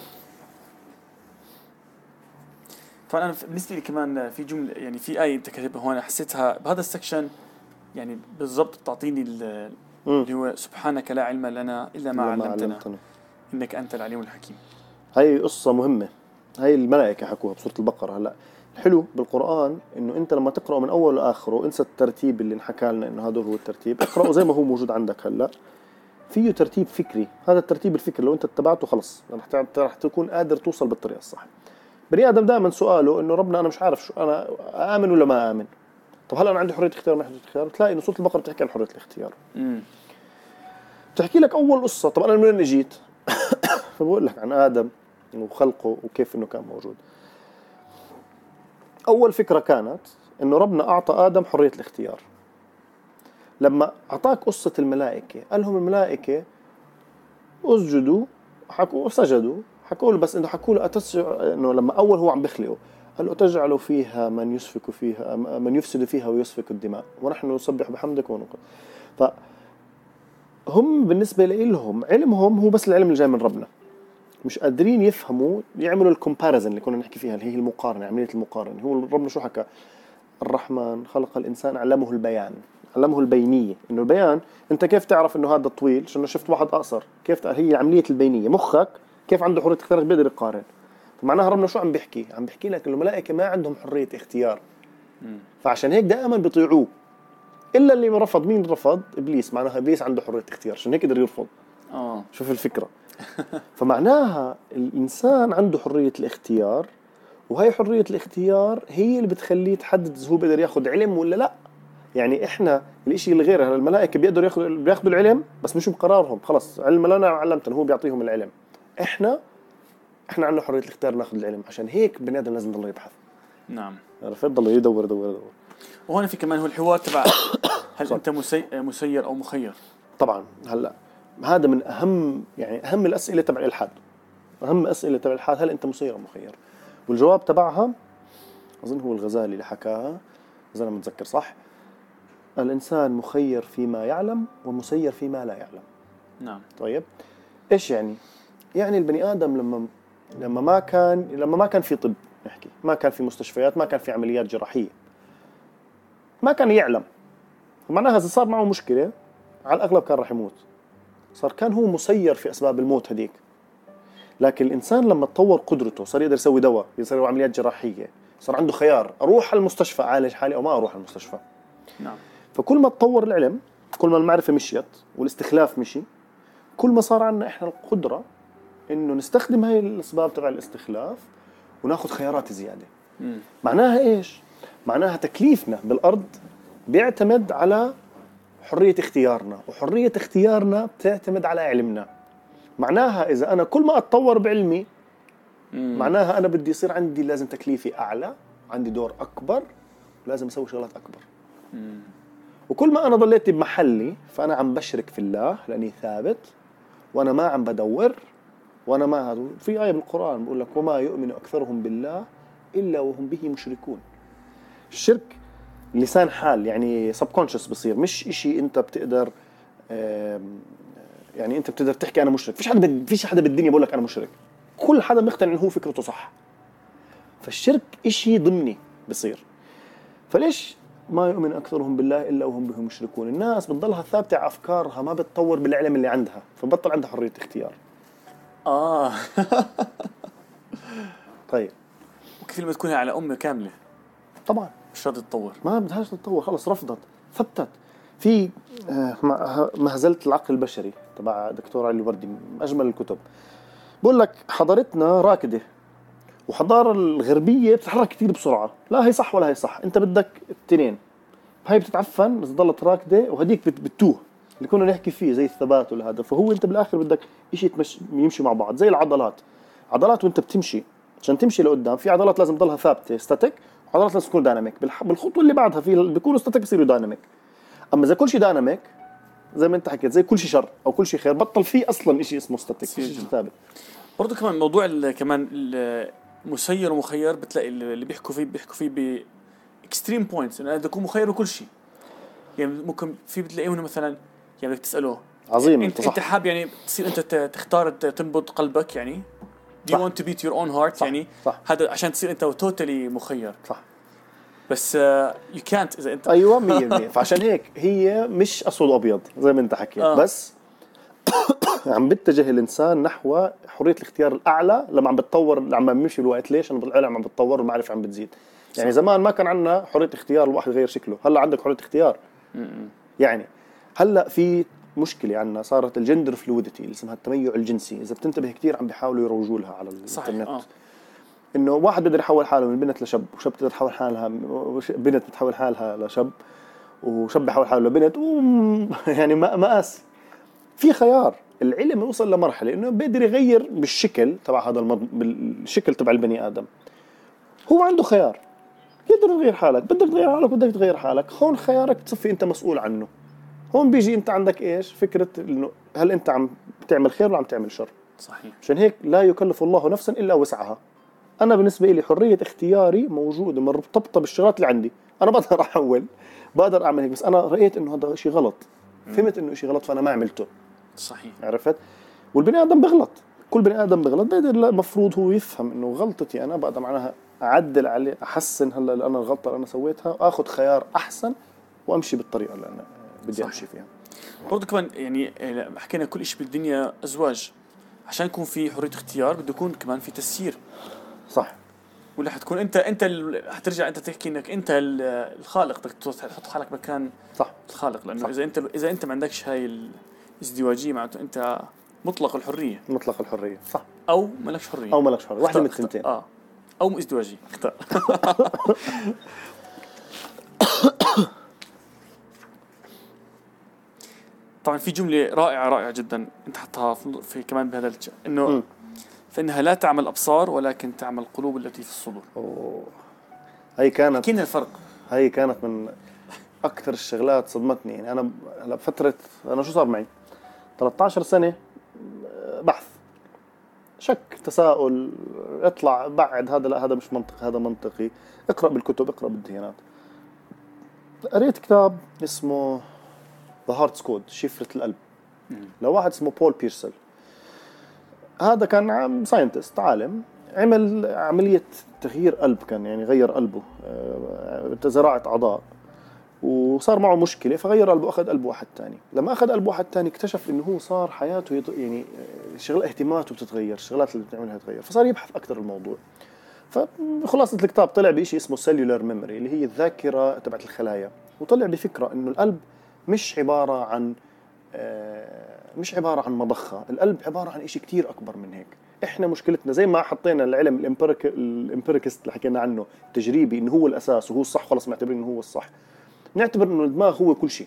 طبعا انا بالنسبه لي كمان في جمله، يعني في ايه انت كاتبها هون حسيتها بهذا السكشن يعني بالضبط بتعطيني اللي هو سبحانك لا علم لنا الا ما علمتنا انك انت العليم الحكيم. هاي قصه مهمه، هاي الملائكه حكوها بسوره البقره. هلا الحلو بالقران انه انت لما تقراه من اول لاخره انسى الترتيب اللي انحكى لنا انه هذا هو الترتيب، اقراه زي ما هو موجود عندك. هلا فيه ترتيب فكري، هذا الترتيب الفكري لو انت اتبعته خلص رح رح تكون قادر توصل بالطريقه الصح. بني ادم دائما سؤاله انه ربنا انا مش عارف شو انا امن ولا ما امن. طب هلا انا عندي حريه اختيار ولا حريه اختيار؟ بتلاقي انه سوره البقره بتحكي عن حريه الاختيار. امم بتحكي لك اول قصه. طب انا من وين اجيت؟ فبقول لك عن ادم وخلقه وكيف انه كان موجود. اول فكره كانت انه ربنا اعطى ادم حريه الاختيار. لما اعطاك قصه الملائكه قال لهم الملائكه اسجدوا، حكوا سجدوا، حكوا له بس انه حكوا له أتسع... انه لما اول هو عم بخلقه قال له تجعل فيها من يسفك فيها من يفسد فيها ويسفك الدماء ونحن نسبح بحمدك ونقول. فهم بالنسبه لهم علمهم هو بس العلم اللي جاي من ربنا، مش قادرين يفهموا يعملوا الكومباريزن اللي كنا نحكي فيها اللي هي المقارنه، عمليه المقارنه. هو ربنا شو حكى؟ الرحمن خلق الانسان علمه البيان، علمه البينيه. انه البيان انت كيف تعرف انه هذا طويل عشان شفت واحد اقصر؟ كيف هي عمليه البينيه؟ مخك كيف عنده حريه اختيار بيقدر يقارن. فمعناها ربنا شو عم بيحكي؟ عم بيحكي لك انه الملائكه ما عندهم حريه اختيار، فعشان هيك دائما بيطيعوه. الا اللي رفض. مين رفض؟ ابليس. معناها ابليس عنده حريه اختيار عشان هيك قدر يرفض. اه شوف الفكره. فمعناها الانسان عنده حريه الاختيار، وهي حريه الاختيار هي اللي بتخليه تحدد اذا هو بيقدر ياخذ علم ولا لا. يعني احنا الاشي اللي غيره، الملائكه بيقدروا ياخذوا بياخذوا العلم بس مش بقرارهم، خلص علم لنا علمتنا، هو بيعطيهم العلم. احنا احنا عندنا حريه الاختيار ناخذ العلم، عشان هيك بني ادم لازم يضل يبحث. نعم. عرفت؟ يضل يدور يدور يدور. وهون في كمان هو الحوار تبع هل صح. انت مسي... مسير او مخير؟ طبعا. هلا هذا من اهم يعني اهم الاسئله تبع الالحاد. اهم اسئله تبع الالحاد هل انت مسير او مخير؟ والجواب تبعها اظن هو الغزالي اللي حكاها اذا انا متذكر صح. الانسان مخير فيما يعلم ومسير فيما لا يعلم. نعم. طيب ايش يعني؟ يعني البني ادم لما لما ما كان لما ما كان في طب نحكي، ما كان في مستشفيات، ما كان في عمليات جراحيه، ما كان يعلم، معناها اذا صار معه مشكله على الاغلب كان راح يموت. صار كان هو مسير في اسباب الموت هذيك. لكن الانسان لما تطور قدرته صار يقدر يسوي دواء، يسوي عمليات جراحيه، صار عنده خيار اروح على المستشفى اعالج حالي او ما اروح على المستشفى. نعم. فكل ما تطور العلم، كل ما المعرفه مشيت والاستخلاف مشي، كل ما صار عندنا احنا القدره انه نستخدم هاي الاسباب تبع الاستخلاف وناخذ خيارات زياده. مم. معناها ايش؟ معناها تكليفنا بالارض بيعتمد على حريه اختيارنا، وحريه اختيارنا بتعتمد على علمنا. معناها اذا انا كل ما اتطور بعلمي مم. معناها انا بدي يصير عندي لازم تكليفي اعلى، عندي دور اكبر، ولازم اسوي شغلات اكبر. مم. وكل ما انا ضليت بمحلي فانا عم بشرك في الله لاني ثابت، وانا ما عم بدور، وانا ما هذا. في آية بالقرآن بقول لك وما يؤمن أكثرهم بالله إلا وهم به مشركون. الشرك لسان حال، يعني subconscious بصير، مش إشي أنت بتقدر يعني أنت بتقدر تحكي أنا مشرك. فيش حدا فيش حدا بالدنيا بقول لك أنا مشرك، كل حدا مقتنع إنه هو فكرته صح. فالشرك إشي ضمني بصير. فليش ما يؤمن أكثرهم بالله إلا وهم به مشركون؟ الناس بتضلها ثابتة على أفكارها، ما بتطور بالعلم اللي عندها، فبطل عندها حرية اختيار. آه طيب وكيف لما تكونها على أمة كاملة؟ طبعا مش راضي تتطور، ما بدهاش تتطور، خلص رفضت، ثبتت. في آه، مع- مهزلة العقل البشري تبع دكتور علي الوردي، من أجمل الكتب. بقول لك حضارتنا راكدة، وحضارة الغربية بتتحرك كتير بسرعة. لا هي صح ولا هي صح، انت بدك التنين. هاي بتتعفن بس ضلت راكدة، وهديك بت- بتوه اللي كنا نحكي فيه زي الثبات والهذا. فهو انت بالاخر بدك اشي يتمش يمشي مع بعض، زي العضلات. عضلات وانت بتمشي عشان تمشي لقدام، في عضلات لازم تضلها ثابتة ستاتيك، وعضلات لازم تكون دايناميك. بالح- بالخطوة اللي بعدها في بيكونوا ستاتيك بيصيروا دايناميك. اما اذا كل شيء دايناميك زي ما انت حكيت، زي كل شيء شر او كل شيء خير، بطل فيه اصلا شيء اسمه ستاتيك، تصير شيء جماعة. ثابت. برضو كمان موضوع ال- كمان المسير ومخير، بتلاقي اللي بيحكوا فيه بيحكوا فيه ب extreme points، انه بدك تكون مخير وكل شيء. يعني ممكن في بتلاقيه انه مثلا يعني بدك تساله عظيم، انت انت انت صح. حاب يعني تصير انت ت- تختار ت- تنبض قلبك يعني do you صح. want to beat your own heart صح. يعني صح. هذا عشان تصير انت توتالي مخير. صح. بس uh, you can't اذا انت ايوه مية بالمية. فعشان هيك هي مش اسود وابيض زي ما انت حكيت. آه. بس عم بتجه الانسان نحو حريه الاختيار الاعلى لما عم بتطور، عم بيمشي الوقت. ليش؟ لأنه العلم عم بتطور والمعرفه عم بتزيد. يعني زمان ما كان عندنا حريه اختيار الواحد يغير شكله، هلا عندك حريه اختيار. يعني هلا في مشكله عندنا صارت الجندر فلويدتي اللي اسمها التميع الجنسي. اذا بتنتبه كثير عم بيحاولوا يروجوا لها على الانترنت. آه. انه واحد بده يحول حاله من بنت لشاب، وشاب بتقدر تحول حالها، بنت بتحول حالها لشاب، وشاب بحول حاله لبنت، و يعني ما مقاس. في خيار. العلم يوصل لمرحله انه بيقدر يغير بالشكل تبع هذا المض... بالشكل تبع البني ادم. هو عنده خيار، يقدر يغير حالك. بدك تغير حالك، بدك تغير حالك، هون خيارك تصفي انت مسؤول عنه. هون بيجي انت عندك ايش فكره انه هل انت عم بتعمل خير ولا عم تعمل شر. صحيح. عشان هيك لا يكلف الله نفسا الا وسعها. انا بالنسبه لي حريه اختياري موجوده مرتبطه بالشغلات اللي عندي. انا بقدر احول، بقدر اعمل هيك، بس انا رايت انه هذا شيء غلط، فهمت انه شيء غلط، فانا ما عملته. صحيح. عرفت؟ والبني ادم بغلط، كل بني ادم بغلط. بقدر المفروض هو يفهم انه غلطتي انا بقدر معناها اعدل عليه، احسن هلا انا الغلطه اللي انا سويتها، واخذ خيار احسن وامشي بالطريقه اللي انا بدي صح. امشي فيها. برضو كمان يعني حكينا كل شيء بالدنيا ازواج، عشان يكون في حريه اختيار بده يكون كمان في تسيير. صح. ولا حتكون انت انت ال... حترجع انت تحكي انك انت ال- الخالق، بدك تحط حالك مكان صح. الخالق، لانه صح. اذا انت اذا انت ما عندكش هاي الازدواجيه معناته انت مطلق الحريه مطلق الحريه. صح. او مالكش حريه او مالكش حريه، واحده من اختار- الثنتين. اه او ازدواجيه اختار. طبعا في جمله رائعه رائعه جدا انت حطها في, في كمان بهذا الج... انه م. فانها لا تعمل الابصار ولكن تعمل القلوب التي في الصدور. أوه. هي كانت كنا الفرق. هي كانت من اكثر الشغلات صدمتني. يعني انا هلا بفتره، انا شو صار معي ثلاثة عشر سنه بحث، شك، تساؤل، اطلع بعد هذا، لا هذا مش منطقي، هذا منطقي. اقرا بالكتب، اقرا بالديانات. قريت كتاب اسمه The Heart's Code، شفرة القلب، لواحد اسمه بول بيرسل. هذا كان ساينتست، عالم، عمل عملية تغيير قلب، كان يعني غير قلبه، زراعة أعضاء، وصار معه مشكلة فغير قلبه، أخذ قلب واحد تاني. لما أخذ قلب واحد تاني اكتشف إنه هو صار حياته يط... يعني شغل اهتماماته بتتغير، الشغلات اللي بتعملها تتغير، فصار يبحث أكثر الموضوع. فخلاصة الكتاب طلع بشيء اسمه cellular memory، اللي هي الذاكرة تبعت الخلايا. وطلع بفكرة إنه القلب مش عبارة عن مش عبارة عن مضخة، القلب عبارة عن إشي كتير أكبر من هيك. إحنا مشكلتنا زي ما حطينا العلم الإمبيريك الإمبيريكست اللي حكينا عنه تجريبي إنه هو الأساس وهو الصح، خلص معتبرين إنه هو الصح، نعتبر إنه الدماغ هو كل شيء.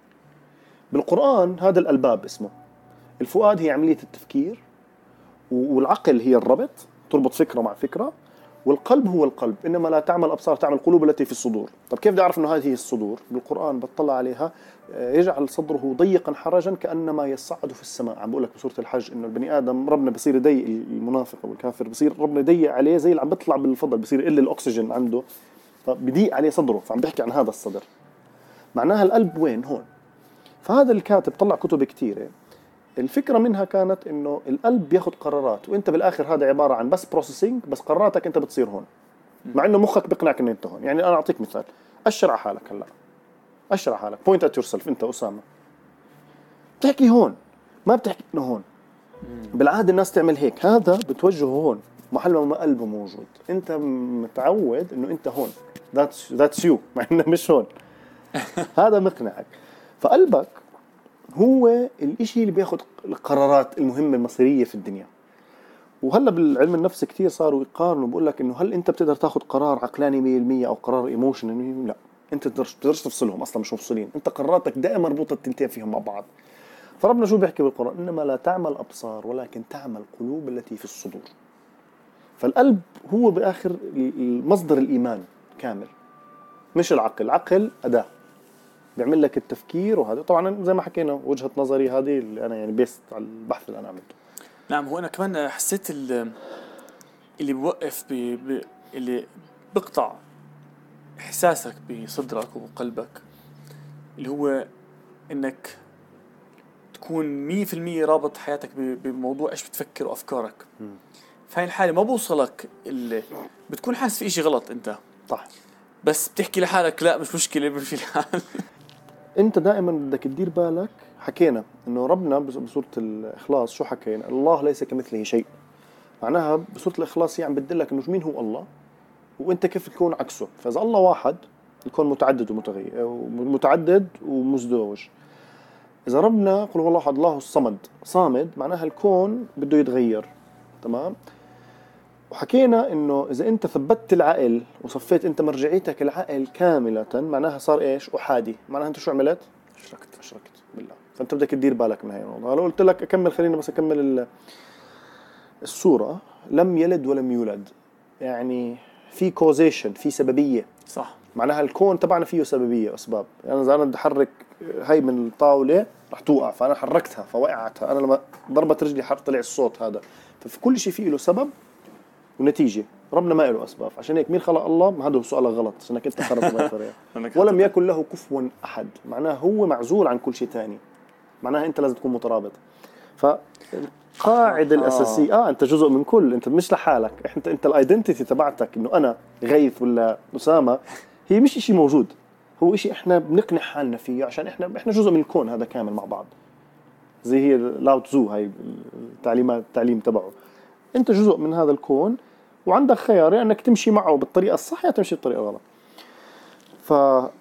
بالقرآن هذا الألباب اسمه الفؤاد، هي عملية التفكير، والعقل هي الربط، تربط فكرة مع فكرة، والقلب هو القلب. إنما لا تعمل أبصار، تعمل قلوب التي في الصدور. طب كيف بدي أعرف إنه هذه هي الصدور؟ بالقرآن بتطلع عليها، يجعل صدره ضيقا حرجا كأنما يصعد في السماء. عم بقول لك بسورة الحج إنه البني آدم ربنا بصير يضيق، المنافق أو الكافر بصير ربنا يضيق عليه زي اللي عم بيطلع بالفضل، بصير يقل الأكسجين عنده، فبضيق عليه صدره. فعم بحكي عن هذا الصدر، معناها القلب وين؟ هون. فهذا الكاتب طلع كتب كتيرة، الفكرة منها كانت إنه القلب بياخد قرارات، وإنت بالآخر هذا عبارة عن بس بروسيسنج، بس قراراتك أنت بتصير هون، مع إنه مخك بيقنعك إن أنت هون. يعني أنا أعطيك مثال، أشرع حالك هلا، أشرع حالك point at yourself، أنت أسامة بتحكي هون، ما بتحكي إنه هون. بالعادة الناس تعمل هيك، هذا بتوجهه هون محل ما قلبه موجود. أنت متعود إنه أنت هون، that's that's you، مع إنه مش هون. هذا مقنعك. فقلبك هو الاشي اللي بياخد القرارات المهمة المصيرية في الدنيا. وهلا بالعلم النفس كتير صاروا يقارنوا، بقول لك انه هل انت بتقدر تاخد قرار عقلاني مية بالمية او قرار ايموشنال؟ لا، انت بتقدرش بتقدرش تفصلهم، اصلا مش مفصولين، انت قراراتك دائما مربوطه التنتين فيهم مع بعض. فربنا شو بيحكي بالقران؟ انما لا تعمل ابصار ولكن تعمل قلوب التي في الصدور. فالقلب هو باخر مصدر الايمان كامل، مش العقل. العقل اداه بيعمل لك التفكير، وهذا طبعا زي ما حكينا وجهه نظري هذه اللي انا يعني بيست على البحث اللي انا عملته. نعم، هو انا كمان حسيت اللي بيوقف بي بي اللي بقطع احساسك بصدرك وقلبك، اللي هو انك تكون مية في المية رابط حياتك بموضوع ايش بتفكر وافكارك. في هاي الحالة ما بوصلك اللي بتكون حاسس في اشي غلط انت، صح، بس بتحكي لحالك لا مش مشكلة بمشي الحال. انت دائما بدك تدير بالك. حكينا انه ربنا بسورة الاخلاص شو حكينا؟ الله ليس كمثله شيء. معناها بسورة الاخلاص هي عم بتدلك انه مين هو الله وانت كيف تكون عكسه. فاذا الله واحد الكون متعدد ومتغير ومتعدد ومزدوج. اذا ربنا قل هو الله احد الله الصمد صامد، معناها الكون بده يتغير. تمام. وحكينا انه اذا انت ثبتت العقل وصفيت انت مرجعيتك العقل كاملة، معناها صار ايش؟ احادي. معناها انت شو عملت؟ اشركت اشركت بالله. فانت بدك تدير بالك من هاي الموضوع. لو قلت لك اكمل، خلينا بس اكمل السورة. لم يلد ولم يولد، يعني في كوزيشن، في سببية. صح. معناها الكون تبعنا فيه سببية واسباب. يعني اذا انا بدي احرك هاي من الطاولة رح توقع، فانا حركتها فوقعتها. انا لما ضربت رجلي حر طلع الصوت هذا. ففي كل شيء فيه له سبب ونتيجة. ربنا ما له أسباب. عشان هيك مين خلق الله؟ هذا سؤالك غلط، عشانك أنت خربت ما يفرق. ولم يكن له كفوا أحد، معناه هو معزول عن كل شيء تاني. معناها أنت لازم تكون مترابط. فالقاعدة الأساسية آه أنت جزء من كل، أنت مش لحالك. أنت أنت الأيدنتيتي تبعتك إنه أنا غيث ولا أسامة، هي مش إشي موجود، هو إشي إحنا بنقنع حالنا فيه عشان إحنا إحنا جزء من الكون هذا كامل مع بعض. زي هي لاو تزو، هاي التعليمات التعليم تبعه. أنت جزء من هذا الكون وعندك خيار انك تمشي معه بالطريقه الصح يا تمشي بالطريقه الغلط. ف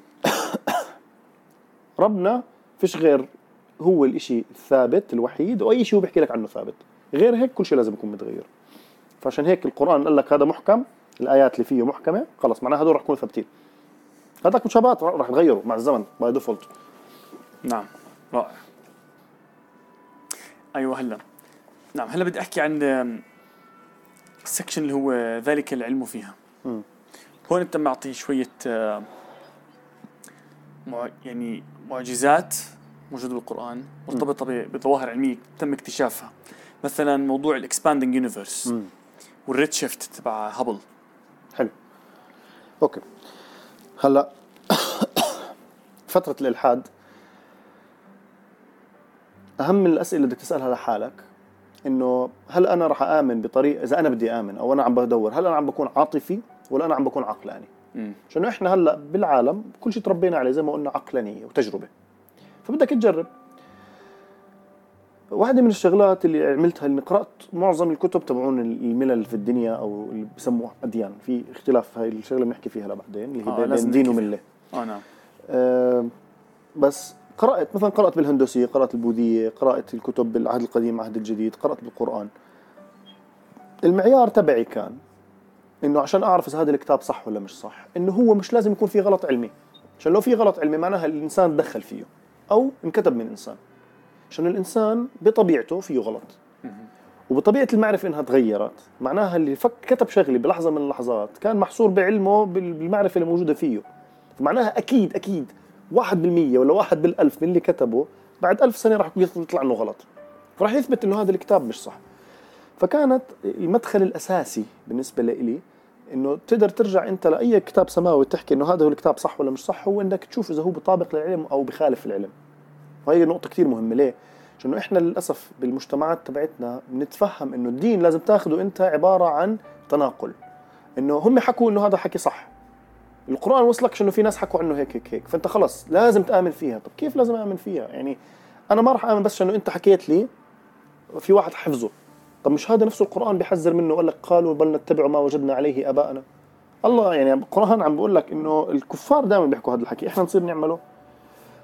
ربنا فيش غير هو الاشي الثابت الوحيد، واي شيء هو بيحكي لك عنه ثابت. غير هيك كل شيء لازم يكون متغير. فعشان هيك القرآن قال لك هذا محكم، الايات اللي فيه محكمه، خلص معناها هذول رح يكونوا ثابتين. هذاك مشابهات رح يتغيروا مع الزمن باي ديفولت. نعم، رائع. ايوه هلا نعم هلا بدي احكي عن السكشن اللي هو ذلك العلم فيها. م. هون انت معطي شوية مع يعني معجزات موجودة بالقرآن مرتبطة بظواهر علمية تم اكتشافها، مثلا موضوع الاكسباندينج يونيفرس والريد شيفت تبع هابل. حلو. اوكي. هلا فترة الإلحاد أهم من الأسئلة اللي بدك تسألها لحالك إنه هل أنا رح آمن بطريقة، إذا أنا بدي آمن أو أنا عم بدور، هل أنا عم بكون عاطفي ولا أنا عم بكون عقلاني؟ عشان إحنا هلا بالعالم كل شيء تربينا عليه زي ما قلنا عقلانية وتجربة، فبدك تجرب. واحدة من الشغلات اللي عملتها إني قرأت معظم الكتب تبعون الملل في الدنيا أو اللي بسموها أديان. في اختلاف، هاي الشغلة بنحكي فيها لبعدين اللي هي آه بين دين وملة. آه نعم. آه بس قرأت مثلا قرأت بالهندوسية، قرأت البوذية، قرأت الكتب بالعهد القديم عهد الجديد، قرأت بالقرآن. المعيار تبعي كان إنه عشان أعرف إذا هذا الكتاب صح ولا مش صح، إنه هو مش لازم يكون فيه غلط علمي. عشان لو فيه غلط علمي معناها الإنسان دخل فيه أو انكتب من إنسان. عشان الإنسان بطبيعته فيه غلط، وبطبيعة المعرفة إنها تغيرت، معناها اللي فك كتب شغلي بلحظة من اللحظات كان محصور بعلمه بالمعرفة اللي موجودة فيه. فمعناها أكيد أكيد واحد بالمية ولا واحد بالألف من اللي كتبه بعد ألف سنة راح يطلع إنه غلط، فراح يثبت إنه هذا الكتاب مش صح. فكانت المدخل الأساسي بالنسبة لي إنه تقدر ترجع أنت لأي كتاب سماوي تحكي إنه هذا هو الكتاب صح ولا مش صح، هو إنك تشوف إذا هو بطابق للعلم أو بخالف العلم. وهي نقطة كتير مهمة. ليه؟ عشان إحنا للأسف بالمجتمعات تبعتنا بنتفهم إنه الدين لازم تاخده أنت عبارة عن تناقل، إنه هم حكوا إنه هذا حكي صح، القرآن وصلك إنه في ناس حكوا عنه هيك هيك هيك، فأنت خلص لازم تآمن فيها. طب كيف لازم آمن فيها؟ يعني أنا ما راح آمن بس إنه أنت حكيت لي في واحد حفظه. طب مش هذا نفسه القرآن بيحذر منه وقال لك قالوا بل نتبع ما وجدنا عليه آباءنا؟ الله يعني القرآن عم بيقول لك إنه الكفار دائما بيحكوا هذا الحكي، إحنا نصير نعمله.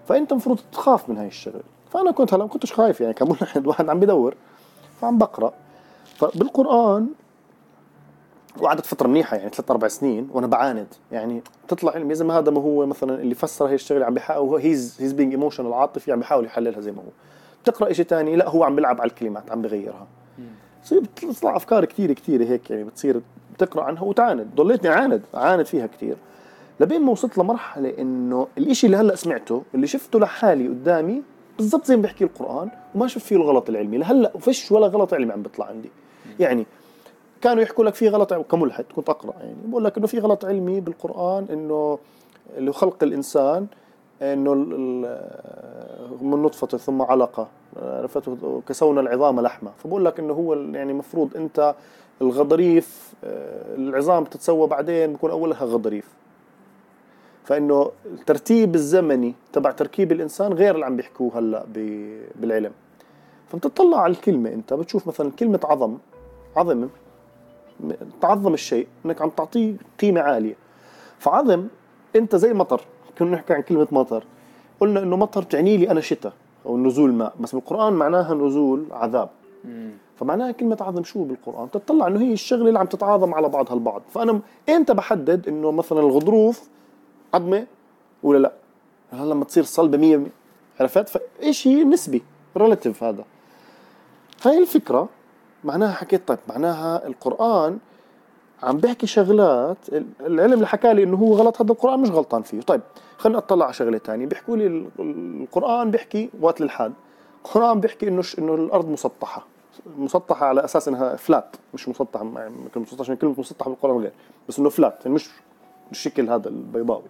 فانت مفروض تخاف من هاي الشغله. فانا كنت هلا ما كنتش خايف يعني كملحد واحد عم بدور فعم بقرا. فبالقران وقعدت فتره منيحه يعني ثلاث اربع سنين وانا بعاند يعني تطلع علمي اذا ما هذا ما هو مثلا اللي فسر هي الشغله عم بيحاول هيز هيز بينج ايموشنال عاطفي عم بيحاول يحللها زي ما هو. بتقرا شيء ثاني لا هو عم بيلعب على الكلمات عم بغيرها. بتصير بتطلع افكار كثير كثير هيك يعني بتصير بتقرا عنها وتعاند. ضليتني عاند عاند فيها كثير لبين ما وصلت لمرحله انه الاشي اللي هلا سمعته اللي شفته لحالي قدامي بالضبط زي ما بيحكي القران وما شفت فيه الغلط العلمي. لهلا وفيش ولا غلط علمي عم بيطلع عندي. يعني كانوا يحكوا لك في غلط كملحد كنت اقرا يعني بقول لك انه في غلط علمي بالقران انه اللي خلق الانسان انه من نطفه ثم علقه عرفت كسونا العظام لحمه. فبقول لك انه هو يعني مفروض انت الغضاريف العظام تتسوى بعدين بكون اولها غضاريف. فانه الترتيب الزمني تبع تركيب الانسان غير اللي عم بيحكوه هلا بالعلم. فبتطلع على الكلمه انت بتشوف مثلا كلمه عظم عظم تعظم الشيء انك عم تعطيه قيمه عاليه. فعظم انت زي مطر كنا نحكي عن كلمه مطر قلنا انه مطر تعني لي انا شتاء او نزول ماء بس بالقران معناها نزول عذاب. فمعناها كلمه عظم شو بالقران تطلع انه هي الشغله اللي عم تتعاظم على بعضها البعض. فانا امتى بحدد انه مثلا الغضروف عظمه ولا لا هلا لما تصير صلبه مية بالمية عرفت. فشيء نسبي ريلاتيف. هذا هاي الفكره معناها حكيت طيب معناها القرآن عم بيحكي شغلات العلم اللي حكى لي انه هو غلط هذا القرآن مش غلطان فيه. طيب خلينا اطلع على شغله ثانيه بيحكوا لي القرآن بيحكي وقت الالحاد القرآن بيحكي انه انه الارض مسطحه مسطحه على اساس انها فلات مش مسطحه كلمه مسطحه عشان كلمه مسطحه بالقرآن غير بس انه فلات يعني مش بالشكل هذا البيضاوي.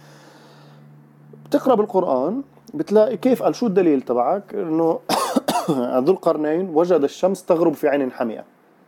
بتقرا بالقرآن بتلاقي كيف قال شو الدليل تبعك انه ذو القرنين وجد الشمس تغرب في عين حمئة.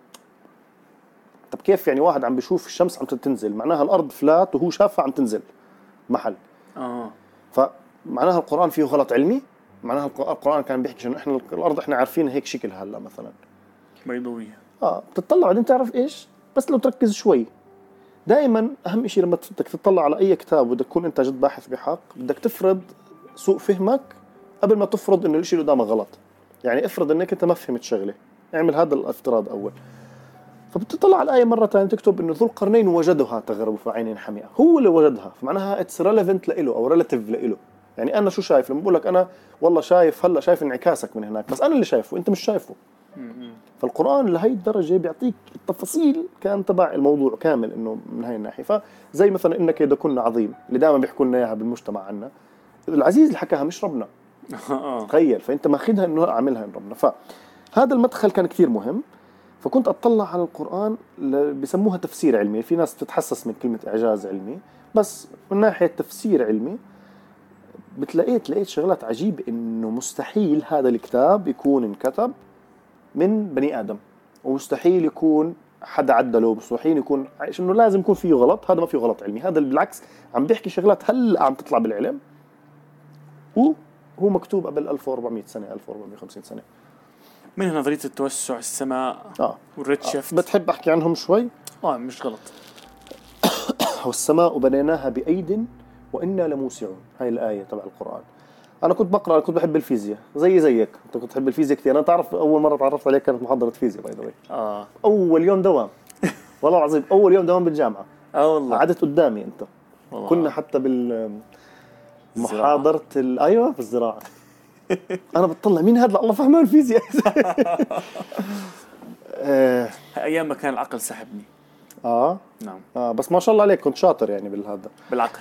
طب كيف يعني واحد عم بيشوف الشمس عم تنزل معناها الأرض فلات وهو شافها عم تنزل محل. آه. فمعناها القرآن فيه غلط علمي. معناها القرآن كان بيحكي إنه إحنا الأرض إحنا عارفينها هيك شكل هلا مثلا بيضاوية. آه بتطلع بعدين تعرف إيش بس لو تركز شوي. دائما أهم إشي لما بدك تطلع على أي كتاب بدك تكون أنت جد باحث بحق بدك تفرض سوء فهمك قبل ما تفرض إنه الإشي اللي قدامك غلط. يعني افرض انك انت ما فهمت شغله اعمل هذا الافتراض اول. فبتطلع على الايه مره ثانيه تكتب انه ذو القرنين وجدها تغرب في عين حمئه هو اللي وجدها. فمعناها اتس ريليفنت له او ريلاتيف له. يعني انا شو شايف لما بقول لك انا والله شايف هلا شايف انعكاسك من هناك بس انا اللي شايفه انت مش شايفه. فالقران لهي الدرجه بيعطيك التفاصيل كان تبع الموضوع كامل انه من هاي الناحيه. فزي مثلا انك اذا كنا عظيم اللي دائما بيحكوا لنا اياها بالمجتمع عنا العزيز اللي حكاها مش ربنا. تخيل فانت ماخذها انه اعملها من ربنا. فهذا المدخل كان كثير مهم. فكنت اطلع على القرآن بسموها تفسير علمي. في ناس تتحسس من كلمة اعجاز علمي بس من ناحية تفسير علمي بتلاقيت لقيت شغلات عجيبة انه مستحيل هذا الكتاب يكون انكتب من بني ادم ومستحيل يكون حدا عدله مستحيل يكون انه لازم يكون فيه غلط. هذا ما فيه غلط علمي. هذا بالعكس عم بيحكي شغلات هلا عم تطلع بالعلم و هو مكتوب قبل ألف وأربعمية سنة ألف وأربعمية وخمسين سنة. منها نظرية التوسع السماء آه. والريدشيفت. آه. بتحب أحكي عنهم شوي؟ آه مش غلط. والسماء بنيناها بأيد وإنا لموسعون. هاي الآية تبع القرآن. أنا كنت بقرأ كنت بحب الفيزياء زي زيك. أنت كنت تحب الفيزياء كثير. أنا تعرف أول مرة تعرفت عليك كانت محاضرة فيزياء باي ذا واي. آه. أول يوم دوام والله العظيم أول يوم دوام بالجامعة. آه والله. قعدت قدامي أنت. والله. كنا حتى بال محاضرة ال... أيوة بالزراعة. أنا بتطلع مين هذا الله فهمان الفيزياء. أيام ما كان العقل سحبني. آه نعم. آه بس ما شاء الله عليك كنت شاطر يعني بالهذا. بالعقل.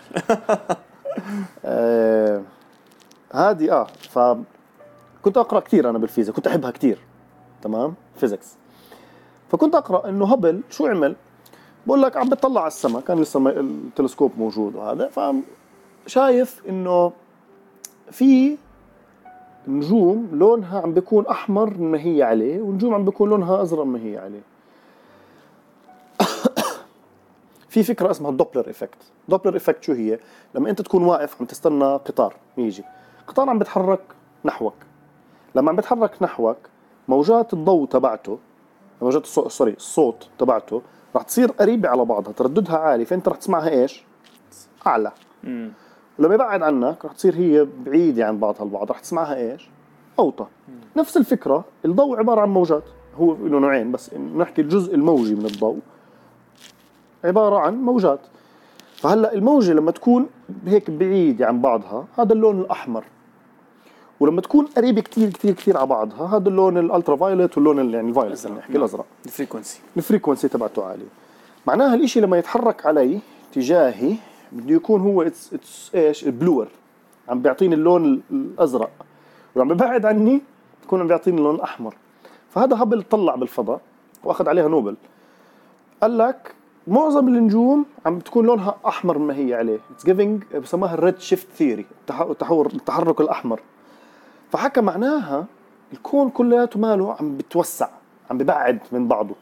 آه هذه آه فكنت أقرأ كثير أنا بالفيزياء كنت أحبها كثير. تمام فيزيكس. فكنت أقرأ إنه هبل شو عمل بقول لك عم بتطلع على السماء كان لسه التلسكوب موجود وهذا فعم شايف إنه في نجوم لونها عم بيكون أحمر ما هي عليه ونجوم عم بيكون لونها أزرق ما هي عليه. في فكرة اسمها الدوبلر إفكت. دوبلر إفكت شو هي؟ لما أنت تكون واقف عم تستنى قطار يجي قطار عم بيتحرك نحوك. لما عم بيتحرك نحوك موجات الضوء تبعته موجات الصوت سوري الصوت تبعته راح تصير قريبة على بعضها ترددها عالي فأنت راح تسمعها إيش؟ أعلى. مم. لما يبعد عنك رح تصير هي بعيدة عن بعضها البعض، رح تسمعها إيش؟ أوطى. نفس الفكرة، الضوء عبارة عن موجات، هو إنه نوعين بس، نحكي الجزء الموجي من الضوء عبارة عن موجات. فهلأ الموجة لما تكون هيك بعيدة عن بعضها هذا اللون الأحمر، ولما تكون قريبة كتير كتير كتير على بعضها هذا اللون الالترا فايولت واللون يعني الفايولت اللي نحكي الازرق. الفريكونسي الفريكونسي تبعته عالية. معناها الاشي لما يتحرك علي تجاهي بده يكون هو اتس اتس ايش البلور، عم بيعطيني اللون الازرق، وعم ببعد عني يكون عم بيعطيني اللون الاحمر. فهذا هابل طلع بالفضاء واخذ عليها نوبل، قال لك معظم النجوم عم بتكون لونها احمر ما هي عليه. اتس جيفينج بسموها الريد شيفت ثيوري، التحور التحرك الاحمر. فحكى معناها الكون كلياته ماله عم بتوسع، عم ببعد من بعضه.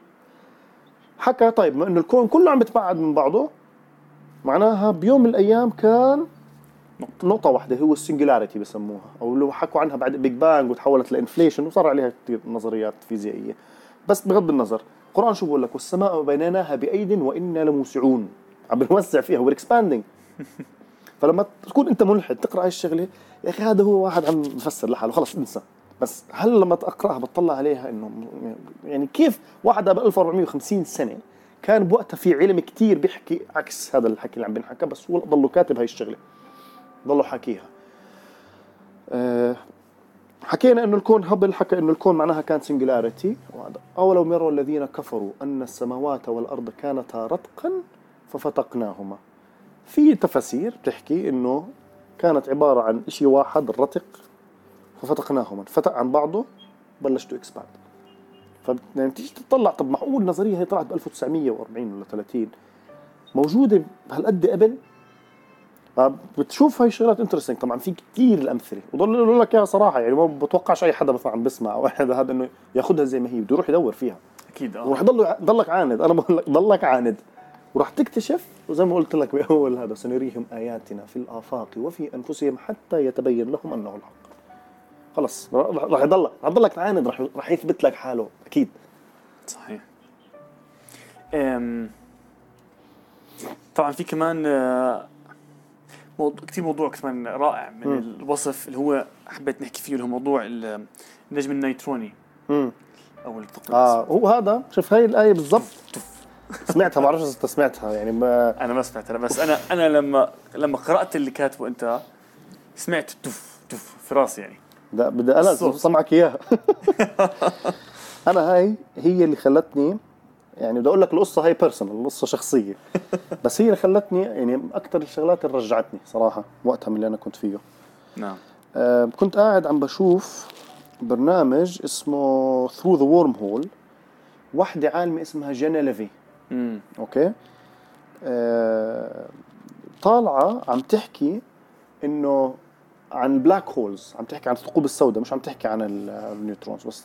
حكى طيب ما انه الكون كله عم بتبعد من بعضه، معناها بيوم من الايام كان نقطة, نقطة واحدة، هو السنجولاريتي بسموها، او اللي حكوا عنها بعد بيج بانج وتحولت لانفليشن وصار عليها كثير نظريات فيزيائية. بس بغض النظر القرآن شو بقول لك؟ والسماء بنيناها بأيد وإنا لموسعون، عم بنوسع فيها والاكسباندينج. فلما تكون انت ملحد تقرا هاي الشغله، يا اخي هذا هو واحد عم بفسر لحاله خلص انسى. بس هل لما تقراها بتطلع عليها انه يعني كيف واحد قبل ألف وأربعمية وخمسين سنه كان بوقتها في علم كتير بيحكي عكس هذا الحكي اللي عم بنحكى، بس هو ضلوا كاتب هاي الشغله، ضلوا حكيها. أه حكينا انه الكون، هابل حكى انه الكون معناها كان سنجولاريتي. اولو يروا الذين كفروا ان السماوات والارض كانتا رتقا ففتقناهما. في تفاسير بتحكي انه كانت عبارة عن اشي واحد الرتق ففتقناهما، فتق عن بعضه بلش تو اكسباند. ف يعني تيجي تطلع طب معقول النظرية هي طلعت ب ألف وتسعمية وأربعين ولا ثلاثين موجودة بهالقد قبل؟ بتشوف هاي الشغلات انترستينج. طبعا في كثير الامثله، وضل اقول لك اياها صراحه، يعني ما بتوقعش اي حدا مثلا عم بسمع او احد هذا انه ياخذها زي ما هي، بده يروح يدور فيها اكيد. اه وراح يضل ضلك عاند. انا بقول لك ضلك عاند وراح تكتشف، وزي ما قلت لك باول هذا سنريهم اياتنا في الافاق وفي انفسهم حتى يتبين لهم انه الحق. خلص راح يضلك راح يضلك عاند، راح راح يثبت لك حاله اكيد. صحيح. أم طبعا في كمان موضوع كثير موضوع كمان رائع من م. الوصف اللي هو حبيت نحكي فيه، اللي هو موضوع النجم النيتروني م. او الثقب. اه هو هذا. شوف هاي الايه بالضبط سمعتها، ما بعرفش اذا سمعتها يعني. ما انا ما سمعتها، بس انا انا لما لما قرات اللي كاتبه انت سمعت تف تف في راسي يعني. ده بدي انا سمعك اياها. انا هاي هي اللي خلتني يعني، بدي اقول لك القصه هاي بيرسونال، القصه شخصيه، بس هي اللي خلتني يعني اكثر الشغلات اللي رجعتني صراحه وقتها من اللي انا كنت فيه. نعم. آه كنت قاعد عم بشوف برنامج اسمه ثرو ذا وورم هول، واحده عالمه اسمها جينا ليفي. امم اوكي. آه طالعه عم تحكي انه عن بلاك هولز، عم تحكي عن الثقوب السوداء، مش عم تحكي عن النيوترونز بس.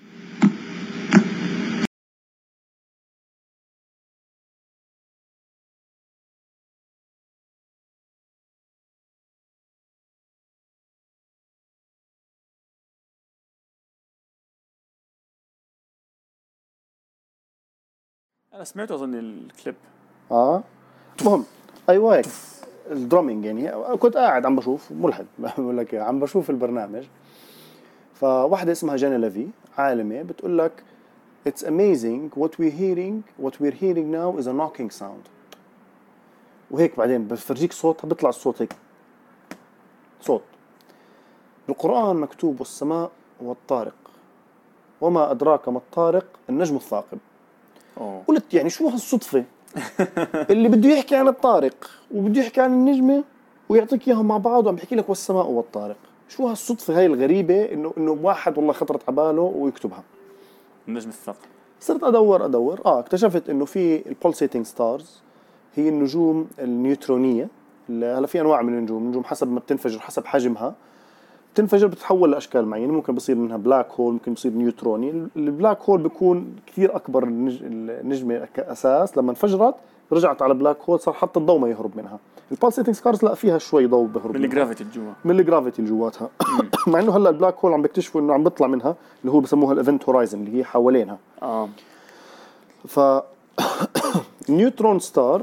انا سمعت اظن الكليب. اه المهم ايوه هيك الدرومينج يعني. كنت قاعد عم بشوف ملحد بقول لك عم بشوف البرنامج، فواحده اسمها جينا ليفي عالمه بتقول لك it's amazing what we're hearing what we're hearing now is a knocking sound. وهيك بعدين بفرجيك صوتها، بيطلع الصوت هيك صوت. بالقرآن مكتوب والسماء والطارق وما أدراك ما الطارق النجم الثاقب. أوه. قلت يعني شو هالصدفة اللي بده يحكي عن الطارق وبده يحكي عن النجمة ويعطيك إياهم مع بعض وعم بحكي لك والسماء والطارق. شو هالصدفة هاي الغريبة إنه إنه واحد والله خطرت على باله ويكتبها النجم الثاقب. صرت أدور أدور آه اكتشفت إنه في البولسيتنج ستارز، هي النجوم النيوترونية. هلا في أنواع من النجوم، النجوم حسب ما بتنفجر حسب حجمها تنفجر بتتحول لأشكال معينة. ممكن بصير منها بلاك هول، ممكن بصير نيوتروني. البلاك هول بيكون كثير أكبر النجمة كأساس، لما انفجرت رجعت على بلاك هول صار حتى الضوء ما يهرب منها. البالسيتنج ستارز لا فيها شوي ضوء بيهرب من الجرافيتي الجوا، من الجرافيتي اللي جواتها. مع إنه هلا البلاك هول عم بيكتشفوا إنه عم بيطلع منها اللي هو بسموها الإيفنت هورايزن اللي هي حوالينها. آه. ف نيوترون ستار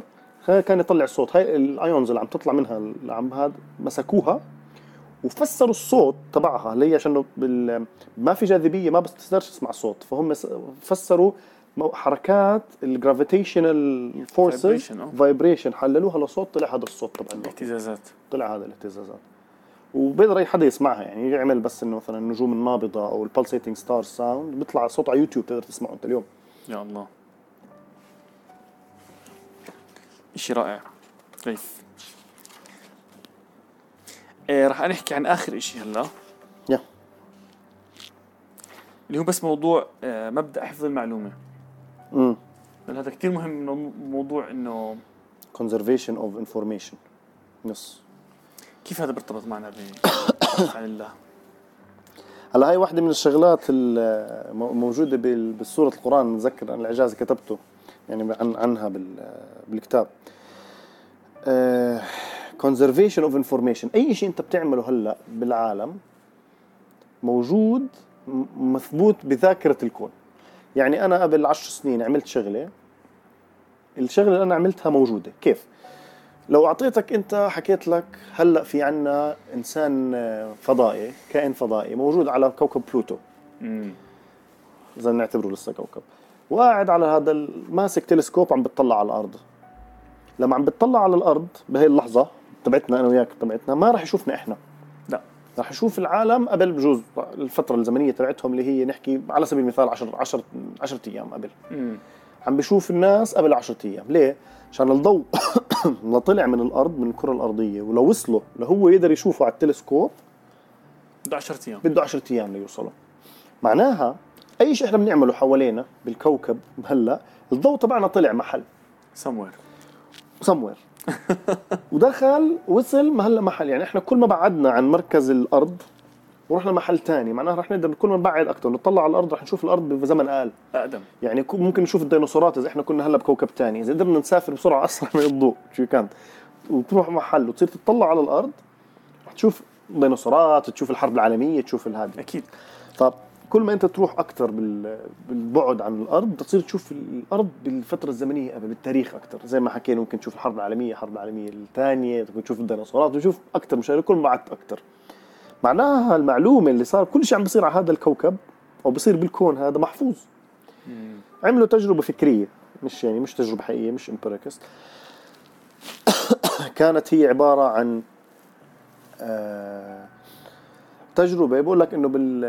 كان يطلع صوت. هاي الايونز اللي عم تطلع منها اللي عم هاد مسكوها وفسروا الصوت تبعها ليه، عشان بال... ما في جاذبيه ما بتقدرش تسمع صوت، فهم فسروا حركات الجرافيتيشنال فورسز فايبريشن، حللوها لصوت، طلع هذا الصوت تبع الاهتزازات، طلع هذا الاهتزازات. وبيقدر اي حدا يسمعها، يعني يعمل بس انه مثلا النجوم النابضه او البلسيتنج ستار ساوند بيطلع صوت على يوتيوب تقدر تسمعه انت اليوم. يا الله شيء رائع. طيب إيه راح نحكي عن اخر اشي هلا يا اللي هو بس موضوع آه مبدأ حفظ المعلومة. امم هذا كتير مهم، انه موضوع انه conservation of information. يس كيف هذا برتبط معنا عن الله؟ هلا هاي واحدة من الشغلات الموجودة بالسورة القرآن. نذكر أن الإعجاز كتبته يعني عن عنها بالكتاب. conservation of information، أي شيء أنت بتعمله هلا بالعالم موجود مثبوت بذاكرة الكون. يعني أنا قبل عشر سنين عملت شغلة، الشغلة اللي أنا عملتها موجودة. كيف؟ لو أعطيتك أنت حكيت لك هلأ في عنا إنسان فضائي، كائن فضائي موجود على كوكب بلوتو، إذا نعتبره لسه كوكب، وقاعد على هذا ماسك تلسكوب عم بتطلع على الأرض. لما عم بتطلع على الأرض بهي اللحظة تبعتنا أنا وياك تبعتنا، ما راح يشوفنا إحنا، لا راح يشوف العالم قبل بجوز الفترة الزمنية تبعتهم اللي هي نحكي على سبيل المثال عشر عشر عشرة أيام قبل. مم. عم بيشوف الناس قبل عشرة أيام. ليه؟ عشان الضوء لو طلع من الأرض من الكرة الأرضية ولو وصله لهو يقدر يشوفه على التلسكوب بده عشرة أيام، بده عشرة أيام ليوصله. معناها أي شيء إحنا بنعمله حوالينا بالكوكب هلا الضوء تبعنا طلع محل somewhere somewhere ودخل وصل ما هلا محل. يعني إحنا كل ما بعدنا عن مركز الأرض ورحنا محل تاني، معناها رح نقدر كل ما نبعد أكتر نطلع على الأرض رح نشوف الأرض بزمن أقل أقدم. يعني ممكن نشوف الديناصورات إذا إحنا كنا هلا بكوكب تاني، إذا قدرنا نسافر بسرعة أسرع من الضوء شو كانت، وتروح محل وتصير تطلع على الأرض رح تشوف ديناصورات، تشوف الحرب العالمية، تشوف الهادي. أكيد. طب كل ما أنت تروح أكتر بالبعد عن الأرض تصير تشوف الأرض بالفترة الزمنية قبل بالتاريخ أكتر، زي ما حكينا ممكن تشوف الحرب العالمية، الحرب العالمية الثانية، ممكن تشوف الديناصورات وتشوف أكتر مشان كل ما بعدت أكتر. معناها المعلومة اللي صار كل شيء عم بيصير على هذا الكوكب أو بيصير بالكون هذا محفوظ. مم. عملوا تجربة فكرية، مش يعني مش تجربة حقيقية، مش امبيريكست. كانت هي عبارة عن آه تجربة بقول لك إنه بال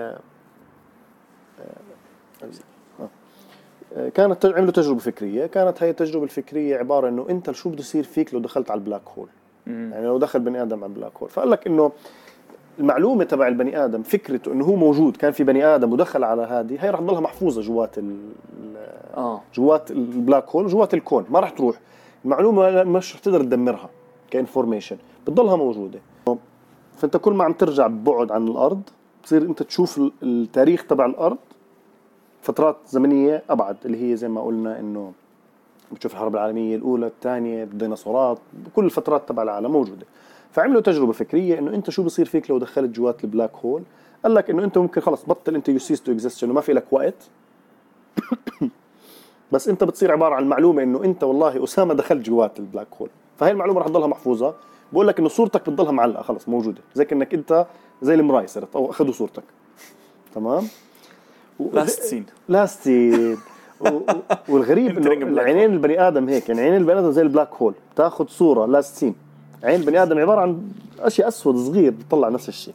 آه كانت عملوا تجربة فكرية. كانت هاي التجربة الفكرية عبارة إنه أنت شو بده يصير فيك لو دخلت على البلاك هول. مم. يعني لو دخل بني آدم على البلاك هول، فقال لك إنه المعلومة تبع البني آدم فكرته إنه هو موجود كان في بني آدم ودخل على هذه، هاي رح تضلها محفوظة جوات ال آه. جوات البلاك هول جوات الكون، ما رح تروح المعلومة، مش رح تقدر تدمرها كإنفورميشن، بتضلها موجودة. فأنت كل ما عم ترجع ببعد عن الأرض بتصير أنت تشوف التاريخ تبع الأرض فترات زمنية أبعد، اللي هي زي ما قلنا إنه بتشوف الحرب العالمية الأولى الثانية، الديناصورات، كل الفترات تبع العالم موجودة. فعملوا تجربة فكرية إنه أنت شو بصير فيك لو دخلت جوات البلاك هول. قال لك إنه أنت ممكن خلص بطل أنت يو سيس تو إكزيست، إنه ما في لك وقت بس أنت بتصير عبارة عن معلومة إنه أنت والله أسامة دخلت جوات البلاك هول، فهي المعلومة رح تضلها محفوظة. بقول لك إنه صورتك بتضلها معلقة خلص موجودة، زي كأنك أنت زي المراية صرت أو أخذوا صورتك. تمام. لاست سين لاست سين والغريب إنه العينين البني آدم هيك، يعني عينين البني آدم زي البلاك هول، بتاخذ صورة لاست سين، عين بني آدم عبارة عن أشياء أسود صغير بتطلع نفس الشيء.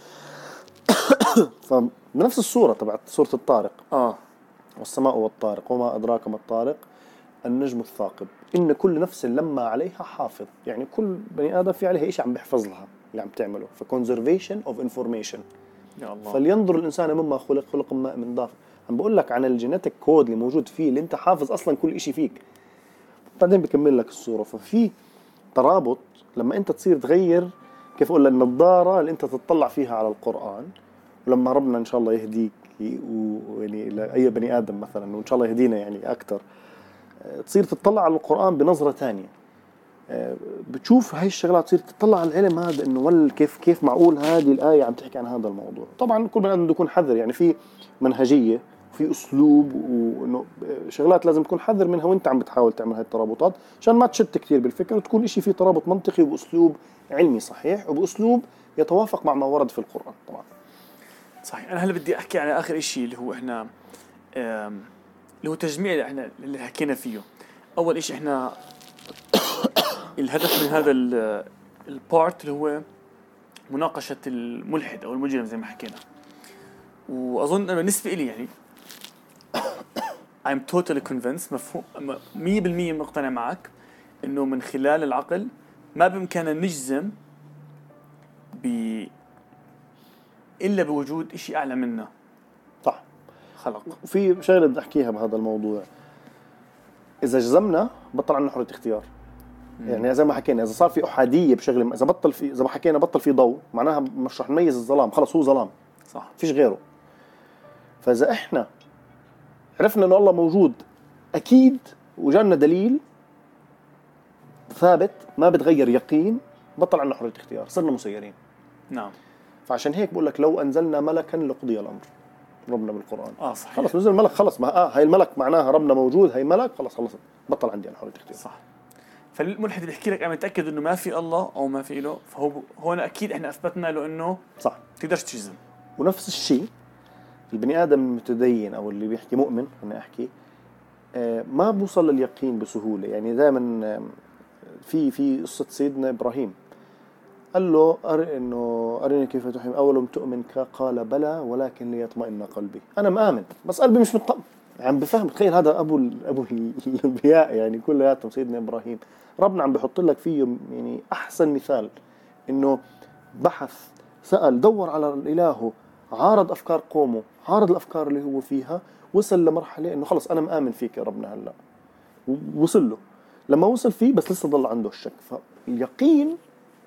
فبنفس الصورة تبعت صورة الطارق. آه. والسماء والطارق وما أدراك ما الطارق النجم الثاقب إن كل نفس لما عليها حافظ. يعني كل بني آدم في عليها إيش عم بيحفظ لها اللي عم تعمله. فconservation of information. يا الله. فلينظر الإنسان مما خلق، خلق ماء من دافق. عم بقول لك عن الجينيتيك كود اللي موجود فيه، اللي أنت حافظ أصلا كل إشي فيك. بعدين بكمل لك الصورة. ففي ترابط لما أنت تصير تغير كيف أقول النظارة اللي أنت تطلع فيها على القرآن، ولما ربنا إن شاء الله يهديك ويعني لأي بني آدم مثلا، وإن شاء الله يهدينا يعني أكتر، تصير تطلع على القرآن بنظرة تانية، بتشوف هاي الشغلات، تصير تطلع على العلم هذا إنه ولا كيف كيف معقول هذه الآية عم تحكي عن هذا الموضوع. طبعا كل بني آدم بده يكون حذر، يعني في منهجية وفي أسلوب، وإنه شغلات لازم تكون حذر منها وأنت عم بتحاول تعمل هاي الترابطات عشان ما تشت كتير بالفكرة، وتكون إشي فيه ترابط منطقي وبأسلوب علمي صحيح وبأسلوب يتوافق مع ما ورد في القرآن طبعا. صحيح. أنا هلا بدي أحكي على آخر إشي اللي هو إحنا اللي هو تجميع اللي إحنا اللي حكينا فيه. أول إشي إحنا الهدف من هذا البارت اللي هو مناقشة الملحد أو المجرم زي ما حكينا. وأظن أنا بالنسبة إلي يعني I'm totally convinced مفهوم مية بالمية مقتنع معك إنه من خلال العقل ما بإمكاننا نجزم ب إلا بوجود إشي أعلى منا. صح. خلق. في شغلة بدي أحكيها بهذا الموضوع، إذا جزمنا بطل عنا حرية اختيار. مم. يعني زي ما حكينا إذا صار في أحادية بشغلة، إذا بطل في، إذا ما حكينا بطل في ضوء، معناها مش رح نميز الظلام، خلص هو ظلام. صح. فيش غيره. فإذا إحنا عرفنا إنه الله موجود أكيد وجانا دليل ثابت ما بتغير يقين، بطل عنا حرية اختيار، صرنا مسيرين. نعم. فعشان هيك بقول لك لو أنزلنا ملكا لقضي الأمر، ربنا بالقرآن. آه صحيح. خلص نزل ملك، خلص ما آه هاي الملك معناها ربنا موجود، هاي ملك خلص خلص بطل عندي أنا حرية اختيار. صح. فالملحد بيحكي لك أنا متأكد إنه ما في الله أو ما في له، فهو هون أكيد إحنا أثبتنا له إنه صح. تقدرش تجزم. ونفس الشيء البني آدم المتدين أو اللي بيحكي مؤمن، أنا أحكي آه ما بوصل لليقين بسهولة. يعني دائما آه في في قصة سيدنا إبراهيم قال له أر إنه أرني كيف تحيي أولم تؤمن، قال بلى ولكن ليطمئن قلبي. أنا مآمن بس قلبي مش مطمئن. عم بفهم، تخيل هذا أبو أبو الأنبياء يعني كلياتهم سيدنا إبراهيم، ربنا عم بيحط لك فيه يعني أحسن مثال، إنه بحث سأل دور على الإله، عارض أفكار قومه، عارض الأفكار اللي هو فيها، وصل لمرحلة إنه خلص أنا مآمن فيك يا ربنا. هلا وصل له، لما وصل فيه بس لسه ضل عنده الشك. فاليقين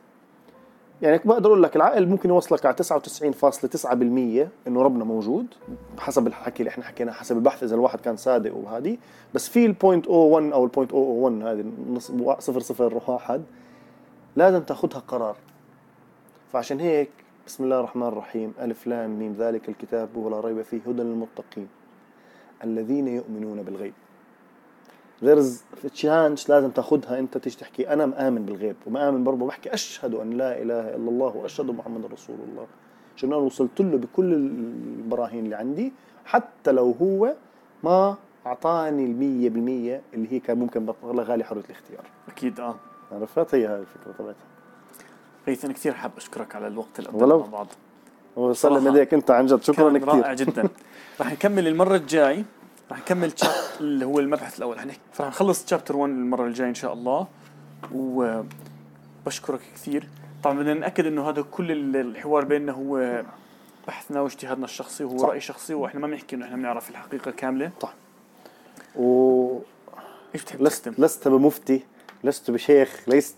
يعني بقدر أقول لك العقل ممكن يوصلك على تسعة وتسعين فاصلة تسعة بالمية إنه ربنا موجود حسب الحكي اللي إحنا حكينا، حسب البحث إذا الواحد كان صادق وهذه، بس في البوينت أو واحد أو البوينت أو واحد هذه صفر صفر واحد لازم تأخذها قرار. فعشان هيك بسم الله الرحمن الرحيم ألف لام ميم ذلك الكتاب ولا ريب فيه هدى للمتقين الذين يؤمنون بالغيب. there's a chance لازم تاخدها انت تيجي تحكي انا مآمن بالغيب ومآمن برضه بحكي اشهد ان لا اله الا الله واشهد محمد رسول الله، عشان انا وصلت له بكل البراهين اللي عندي حتى لو هو ما اعطاني المية بالمية اللي هي كان ممكن بلغالي حرية الاختيار. اكيد. اه عرفت هي هاي الفكرة تبعتها. غيث انا كثير حاب اشكرك على الوقت اللي قضيناه مع بعض. وسلم ايديك انت عن جد، شكرا كثير. رائع جدا. راح نكمل المرة الجاي، راح نكمل اللي هو المبحث الأول، هنحكي راح نخلص تشابتر واحد المرة الجاية إن شاء الله. وبشكرك كثير. طبعا بدنا نأكد إنه هذا كل الحوار بيننا هو بحثنا واجتهادنا الشخصي وهو رأي شخصي، وإحنا ما بنحكي إنه إحنا بنعرف الحقيقة كاملة. صح. و إيش بتحب لست تستم؟ لست بمفتي، لست بشيخ، ليست.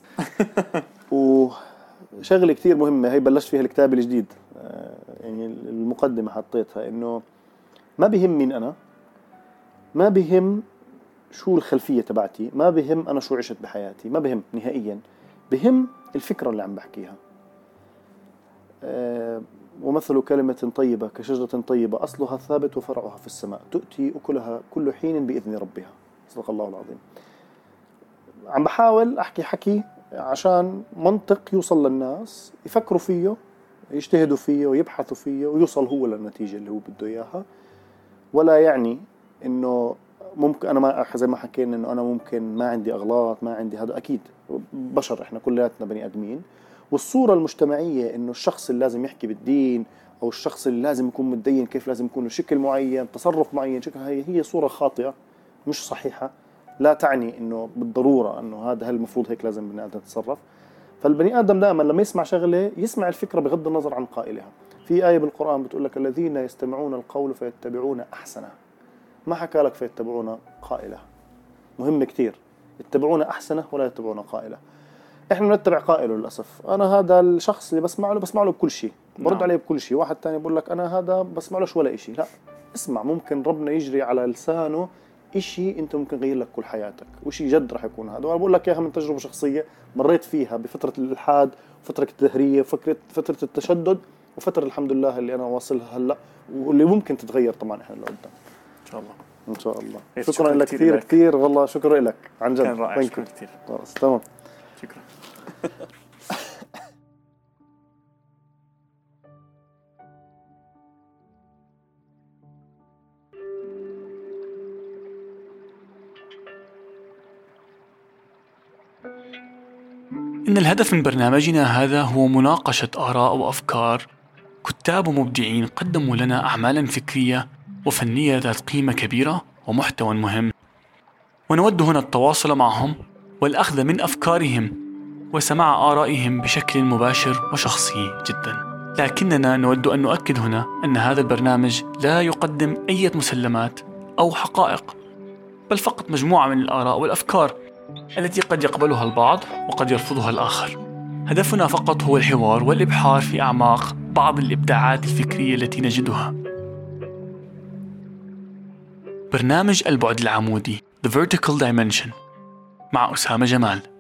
وشغلة كثير مهمة هي بلشت فيها الكتاب الجديد، يعني المقدمة حطيتها إنه ما بيهمني أنا، ما بهم شو الخلفية تبعتي، ما بهم أنا شو عشت بحياتي، ما بهم نهائيا، بهم الفكرة اللي عم بحكيها. أه ومثل كلمة طيبة كشجرة طيبة أصلها ثابت وفرعها في السماء تؤتي أكلها كل حين بإذن ربها. صدق الله العظيم. عم بحاول أحكي حكي عشان منطق يوصل للناس يفكروا فيه، يجتهدوا فيه ويبحثوا فيه ويوصل هو للنتيجة اللي هو بده إياها. ولا يعني إنه ممكن أنا ما زي ما حكينا إنه أنا ممكن ما عندي أغلاط، ما عندي هذا، أكيد بشر إحنا كلياتنا بني آدمين. والصورة المجتمعية إنه الشخص اللي لازم يحكي بالدين أو الشخص اللي لازم يكون متدين كيف لازم يكون له شكل معين، تصرف معين، شكل، هي هي صورة خاطئة مش صحيحة. لا تعني إنه بالضرورة إنه هذا هل المفروض هيك لازم بني آدم يتصرف. فالبني آدم دائما لما يسمع شغلة يسمع الفكرة بغض النظر عن قائلها. في آية بالقرآن بتقول لك الذين يستمعون القول فيتبعون أحسنه، ما حكى لك فيتبعون قائله. مهم كتير يتبعون أحسنه ولا يتبعون قائله. إحنا نتبع قائله للأسف. أنا هذا الشخص اللي بسمع له بسمع له بكل شيء، برد نعم. عليه بكل شيء. واحد تاني بقول لك أنا هذا بسمع له ولا إشي. لا، اسمع، ممكن ربنا يجري على لسانه إشي أنت ممكن يغير لك كل حياتك، وإشي جد رح يكون هذا. وأنا بقول لك إياها من تجربة شخصية مريت فيها بفترة الإلحاد وفترة الدهرية وفترة فترة التشدد وفترة الحمد لله اللي أنا واصلها هلا، واللي ممكن تتغير طبعا إحنا لقدام. إن شاء الله. إن شاء الله. شكرا, شكرا لك كثير كثير والله، شكرا لك عن جد. كان رائع. شكرا كثير. خلاص تمام. شكرا. إن الهدف من برنامجنا هذا هو مناقشة آراء وأفكار كتاب ومبدعين قدموا لنا أعمالاً فكرية وفنية ذات قيمة كبيرة ومحتوى مهم، ونود هنا التواصل معهم والأخذ من أفكارهم وسماع آرائهم بشكل مباشر وشخصي جداً. لكننا نود أن نؤكد هنا أن هذا البرنامج لا يقدم أي مسلمات أو حقائق، بل فقط مجموعة من الآراء والأفكار التي قد يقبلها البعض وقد يرفضها الآخر. هدفنا فقط هو الحوار والإبحار في أعماق بعض الإبداعات الفكرية التي نجدها. برنامج البعد العمودي The Vertical Dimension مع أسامة جمال.